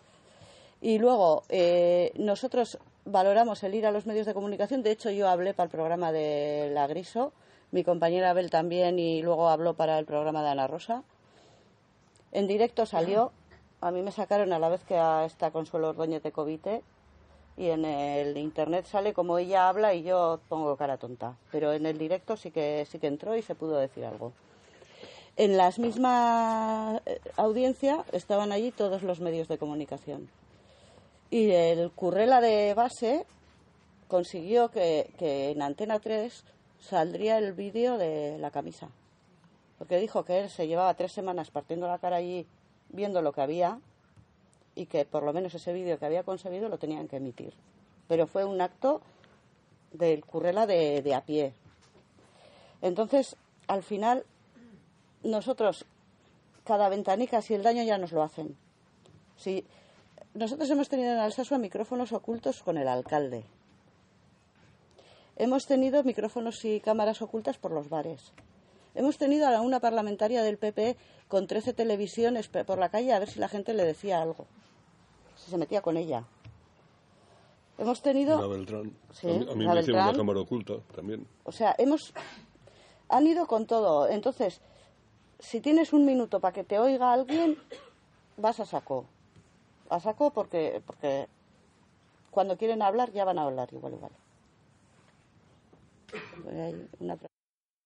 Y luego, eh, nosotros valoramos el ir a los medios de comunicación. De hecho, yo hablé para el programa de La Griso, mi compañera Abel también, y luego habló para el programa de Ana Rosa. En directo salió, a mí me sacaron a la vez que a esta Consuelo Ordóñez de Covite, y en el internet sale como ella habla y yo pongo cara tonta. Pero en el directo sí que, sí que entró y se pudo decir algo. En la misma audiencia estaban allí todos los medios de comunicación. Y el Currela de base consiguió que, que en Antena tres saldría el vídeo de la camisa. Porque dijo que él se llevaba tres semanas partiendo la cara allí viendo lo que había y que por lo menos ese vídeo que había conseguido lo tenían que emitir. Pero fue un acto del Currela de, de a pie. Entonces, al final, nosotros, cada ventanica, si el daño ya nos lo hacen. Si nosotros hemos tenido en Alsasua micrófonos ocultos con el alcalde. Hemos tenido micrófonos y cámaras ocultas por los bares. Hemos tenido a una parlamentaria del P P con trece televisiones por la calle a ver si la gente le decía algo. Si se metía con ella. Hemos tenido... La Beltrán. Sí, a mí, a mí la me hicieron Beltrán. una cámara oculta también. O sea, hemos... Han ido con todo. Entonces, si tienes un minuto para que te oiga alguien, vas a saco. A saco porque, porque cuando quieren hablar ya van a hablar igual, igual. Hay una pre-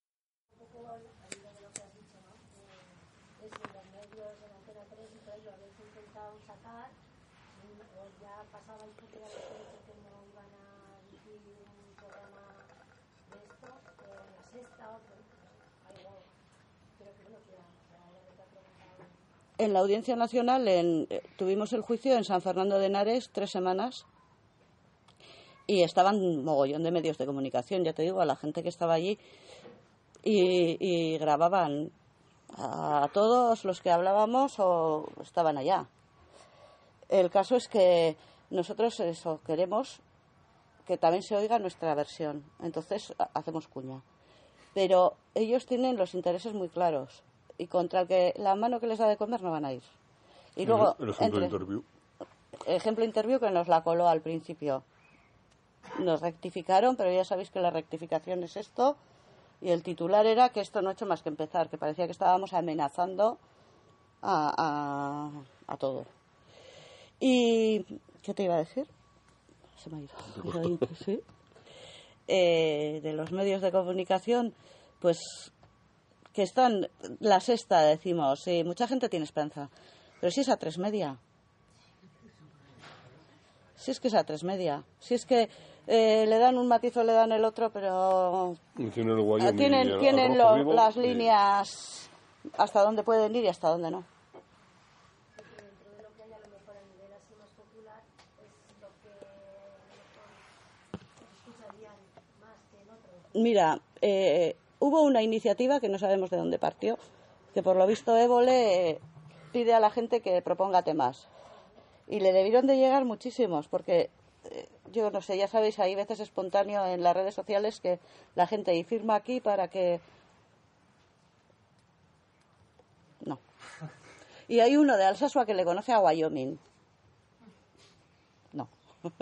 En la Audiencia Nacional en, eh, tuvimos el juicio en San Fernando de Henares tres semanas y estaban un mogollón de medios de comunicación, ya te digo, a la gente que estaba allí y, y grababan a todos los que hablábamos o estaban allá. El caso es que nosotros eso queremos que también se oiga nuestra versión, entonces hacemos cuña. Pero ellos tienen los intereses muy claros. Y contra el que la mano que les da de comer no van a ir. Y El- luego, el ejemplo entre- interview. ejemplo interview que nos la coló al principio. Nos rectificaron, pero ya sabéis que la rectificación es esto. Y el titular era que esto no ha hecho más que empezar, que parecía que estábamos amenazando a, a, a todo. ¿Y qué te iba a decir? Se me ha ido. Se me ha ido, sí. Eh, de los medios de comunicación, pues que están, la sexta decimos, sí, mucha gente tiene esperanza, pero si es a tres media, si es que es a tres media, si es que eh, le dan un matiz o le dan el otro, pero tienen, el Wyoming tienen, el, tienen el lo, vivo, las y... líneas hasta dónde pueden ir y hasta dónde no. Mira, eh, hubo una iniciativa que no sabemos de dónde partió, que por lo visto Évole eh, pide a la gente que proponga temas. Y le debieron de llegar muchísimos, porque eh, yo no sé, ya sabéis, hay veces espontáneo en las redes sociales que la gente y firma aquí para que... No. Y hay uno de Alsasua que le conoce a Wyoming. No.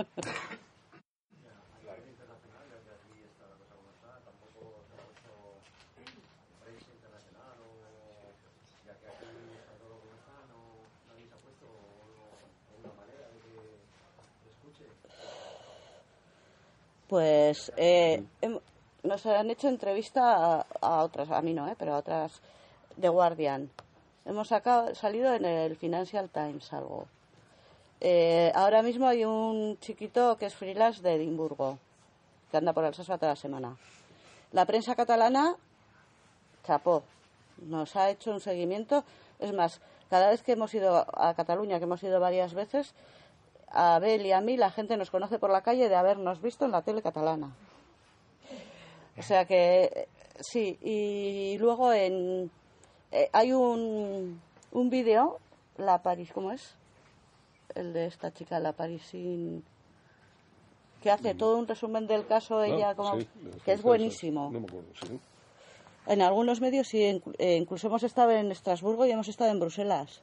Pues eh, hem, nos han hecho entrevista a, a otras, a mí no, eh, pero a otras de Guardian. Hemos sacado, salido en el Financial Times algo. Eh, ahora mismo hay un chiquito que es freelance de Edimburgo, que anda por Alsasua toda la semana. La prensa catalana, chapó, nos ha hecho un seguimiento. Es más, cada vez que hemos ido a Cataluña, que hemos ido varias veces, a Abel y a mí la gente nos conoce por la calle de habernos visto en la tele catalana. O sea que sí, y luego en eh, hay un un vídeo, la Paris, ¿cómo es? El de esta chica, la Parisin, que hace todo un resumen del caso, ella ah, como sí, que es buenísimo. No me acuerdo, sí. En algunos medios sí, eh, incluso hemos estado en Estrasburgo y hemos estado en Bruselas.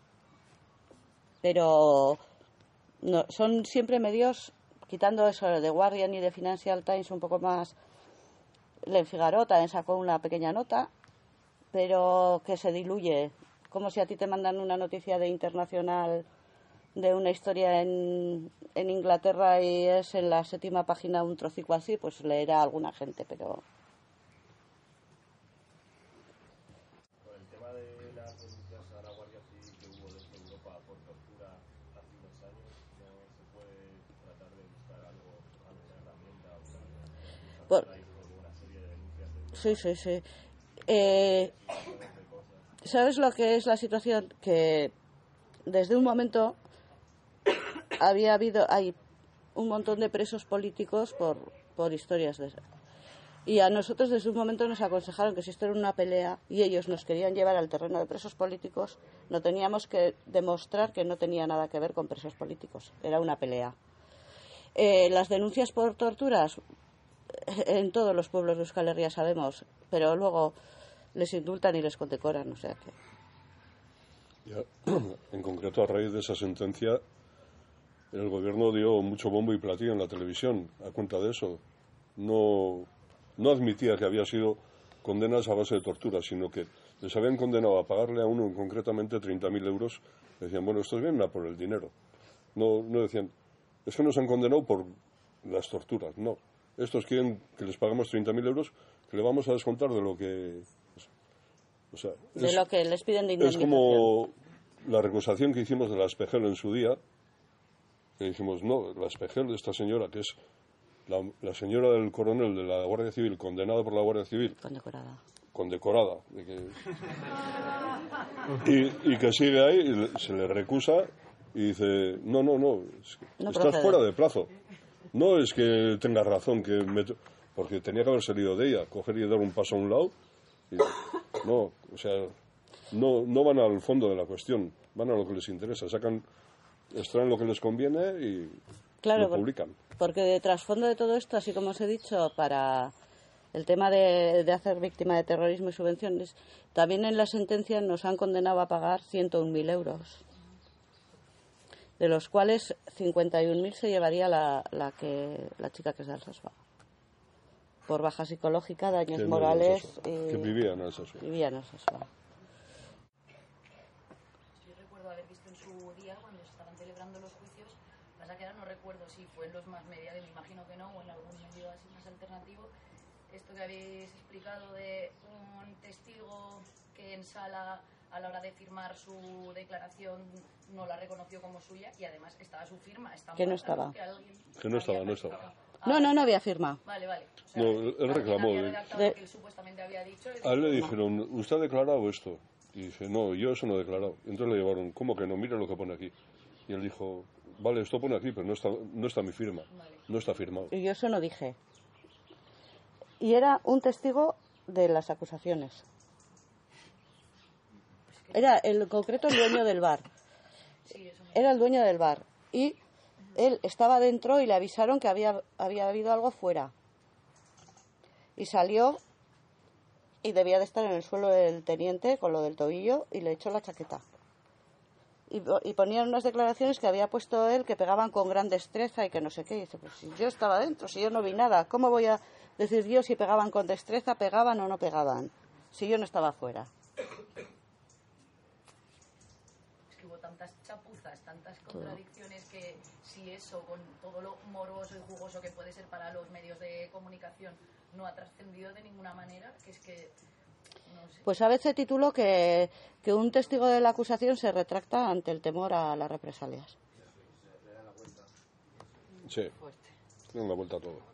Pero no, son siempre medios, quitando eso de Guardian y de Financial Times un poco más. Le Figaro también sacó una pequeña nota, pero que se diluye. Como si a ti te mandan una noticia de internacional de una historia en, en Inglaterra y es en la séptima página un trocico así, pues leerá alguna gente, pero... Con el tema de las denuncias a la Guardia Civil que hubo desde Europa por tortura hace unos años, ¿no se puede tratar de buscar algo, alguna herramienta o una, por... una serie de denuncias de Europa? Sí, sí, sí. Eh, ¿Sabes lo que es la situación? Que desde un momento había habido, hay un montón de presos políticos por, por historias de esas. Y a nosotros desde un momento nos aconsejaron que si esto era una pelea y ellos nos querían llevar al terreno de presos políticos, no teníamos que demostrar que no tenía nada que ver con presos políticos. Era una pelea. Eh, las denuncias por torturas en todos los pueblos de Euskal Herria sabemos, pero luego les indultan y les condecoran, o sea que... Ya, en concreto, a raíz de esa sentencia, el gobierno dio mucho bombo y platillo en la televisión a cuenta de eso. No, no admitía que había sido condenas a base de tortura, sino que les habían condenado a pagarle a uno concretamente treinta mil euros. Decían, bueno, estos vienen a por el dinero. No, no decían, es que nos han condenado por las torturas. No, estos quieren que les paguemos treinta mil euros, que le vamos a descontar de lo que... O sea, de es, lo que les piden de indemnización. Es como la recusación que hicimos de la Espejel en su día, que dijimos, no, la Espejel de esta señora, que es la, la señora del coronel de la Guardia Civil, condenada por la Guardia Civil. Condecorada. Condecorada. De que, y, y que sigue ahí, y se le recusa y dice, no, no, no, es que no estás procede. fuera de plazo. No es que tenga razón, que me, porque tenía que haber salido de ella, coger y dar un paso a un lado. Y, no, o sea, no, no van al fondo de la cuestión, van a lo que les interesa, sacan, extraen lo que les conviene y claro, lo publican. Porque de trasfondo de todo esto, así como os he dicho, para el tema de, de hacer víctima de terrorismo y subvenciones, también en la sentencia nos han condenado a pagar ciento un mil euros, de los cuales cincuenta y un mil se llevaría la, la, que, la chica que es de Alsasua. Por baja psicológica, daños que morales. No eh, que vivían en Alsasua. Vivían en Alsasua. Yo recuerdo haber visto en su día, cuando se estaban celebrando los juicios, pasa que ahora no recuerdo si fue en los más mediales, me imagino que no, o en algún medio así más alternativo, esto que habéis explicado de un testigo que en sala, a la hora de firmar su declaración, no la reconoció como suya y además estaba su firma. Que no estaba. Que, que no estaba, no estaba. No, no, no había firma. Vale, vale. O sea, No, él, él reclamó. había eh. redactado lo que él supuestamente había dicho. y A él le dijo, dijeron, ¿usted ha declarado esto? Y dice, no, yo eso no he declarado. Y entonces le llevaron, ¿cómo que no? Mira lo que pone aquí. Y él dijo, vale, esto pone aquí, pero no está, no está mi firma. Vale. No está firmado. Y yo eso no dije. Y era un testigo de las acusaciones. Era el concreto el dueño del bar. Sí, eso me... Era el dueño del bar. Y él estaba dentro y le avisaron que había, había habido algo fuera. Y salió y debía de estar en el suelo del teniente con lo del tobillo y le echó la chaqueta. Y, y ponían unas declaraciones que había puesto él que pegaban con gran destreza y que no sé qué. Y dice, pues si yo estaba dentro, si yo no vi nada, ¿cómo voy a decir yo si pegaban con destreza, pegaban o no pegaban? Si yo no estaba fuera. Es que hubo tantas chapuzas, tantas contradicciones que si eso, con todo lo morboso y jugoso que puede ser para los medios de comunicación, no ha trascendido de ninguna manera, que es que... No sé. Pues a veces tituló que, que un testigo de la acusación se retracta ante el temor a las represalias. Sí, le dan la vuelta a todo.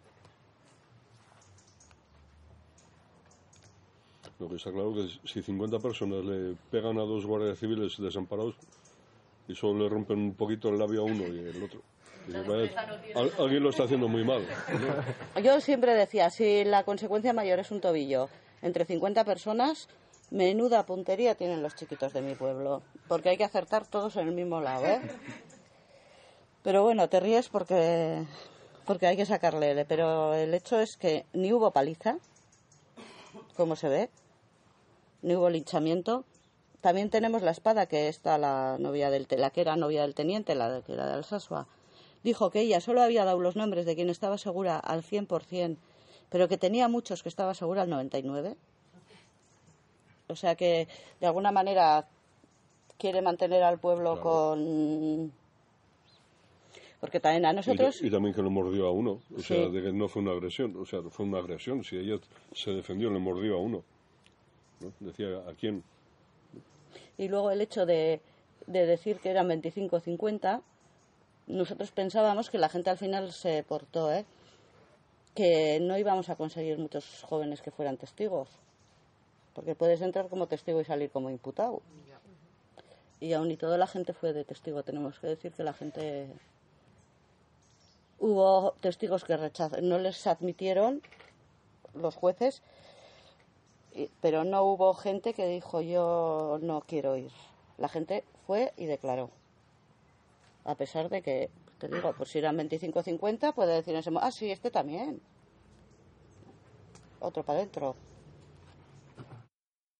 Lo que está claro que si cincuenta personas le pegan a dos guardias civiles desamparados y solo le rompen un poquito el labio a uno y el otro, dice, vaya, al, alguien lo está haciendo muy mal, ¿no? Yo siempre decía, si la consecuencia mayor es un tobillo entre cincuenta personas, menuda puntería tienen los chiquitos de mi pueblo, porque hay que acertar todos en el mismo lado, ¿eh? Pero bueno, te ríes porque porque hay que sacarle, pero el hecho es que ni hubo paliza, como se ve, ni hubo linchamiento. También tenemos la espada, que está la novia del la que era novia del teniente, la que era de Alsasua. Dijo que ella solo había dado los nombres de quien estaba segura al cien por cien, pero que tenía muchos que estaba segura al noventa y nueve. O sea que, de alguna manera, quiere mantener al pueblo claro. con... Porque también a nosotros... Y, y también que lo mordió a uno. O sí. sea, de que no fue una agresión. O sea, fue una agresión. Si ella se defendió, le mordió a uno. ¿No? Decía, ¿a quién? Y luego el hecho de, de decir que eran veinticinco cincuenta, nosotros pensábamos que la gente al final se portó, ¿eh? Que no íbamos a conseguir muchos jóvenes que fueran testigos, porque puedes entrar como testigo y salir como imputado. Y aún y todo la gente fue de testigo. Tenemos que decir que la gente... Hubo testigos que rechazaron, no les admitieron los jueces, pero no hubo gente que dijo yo no quiero ir. La gente fue y declaró. A pesar de que, te digo, pues si eran veinticinco cincuenta, puede decir en ese momento, ah, sí, este también. Otro para adentro.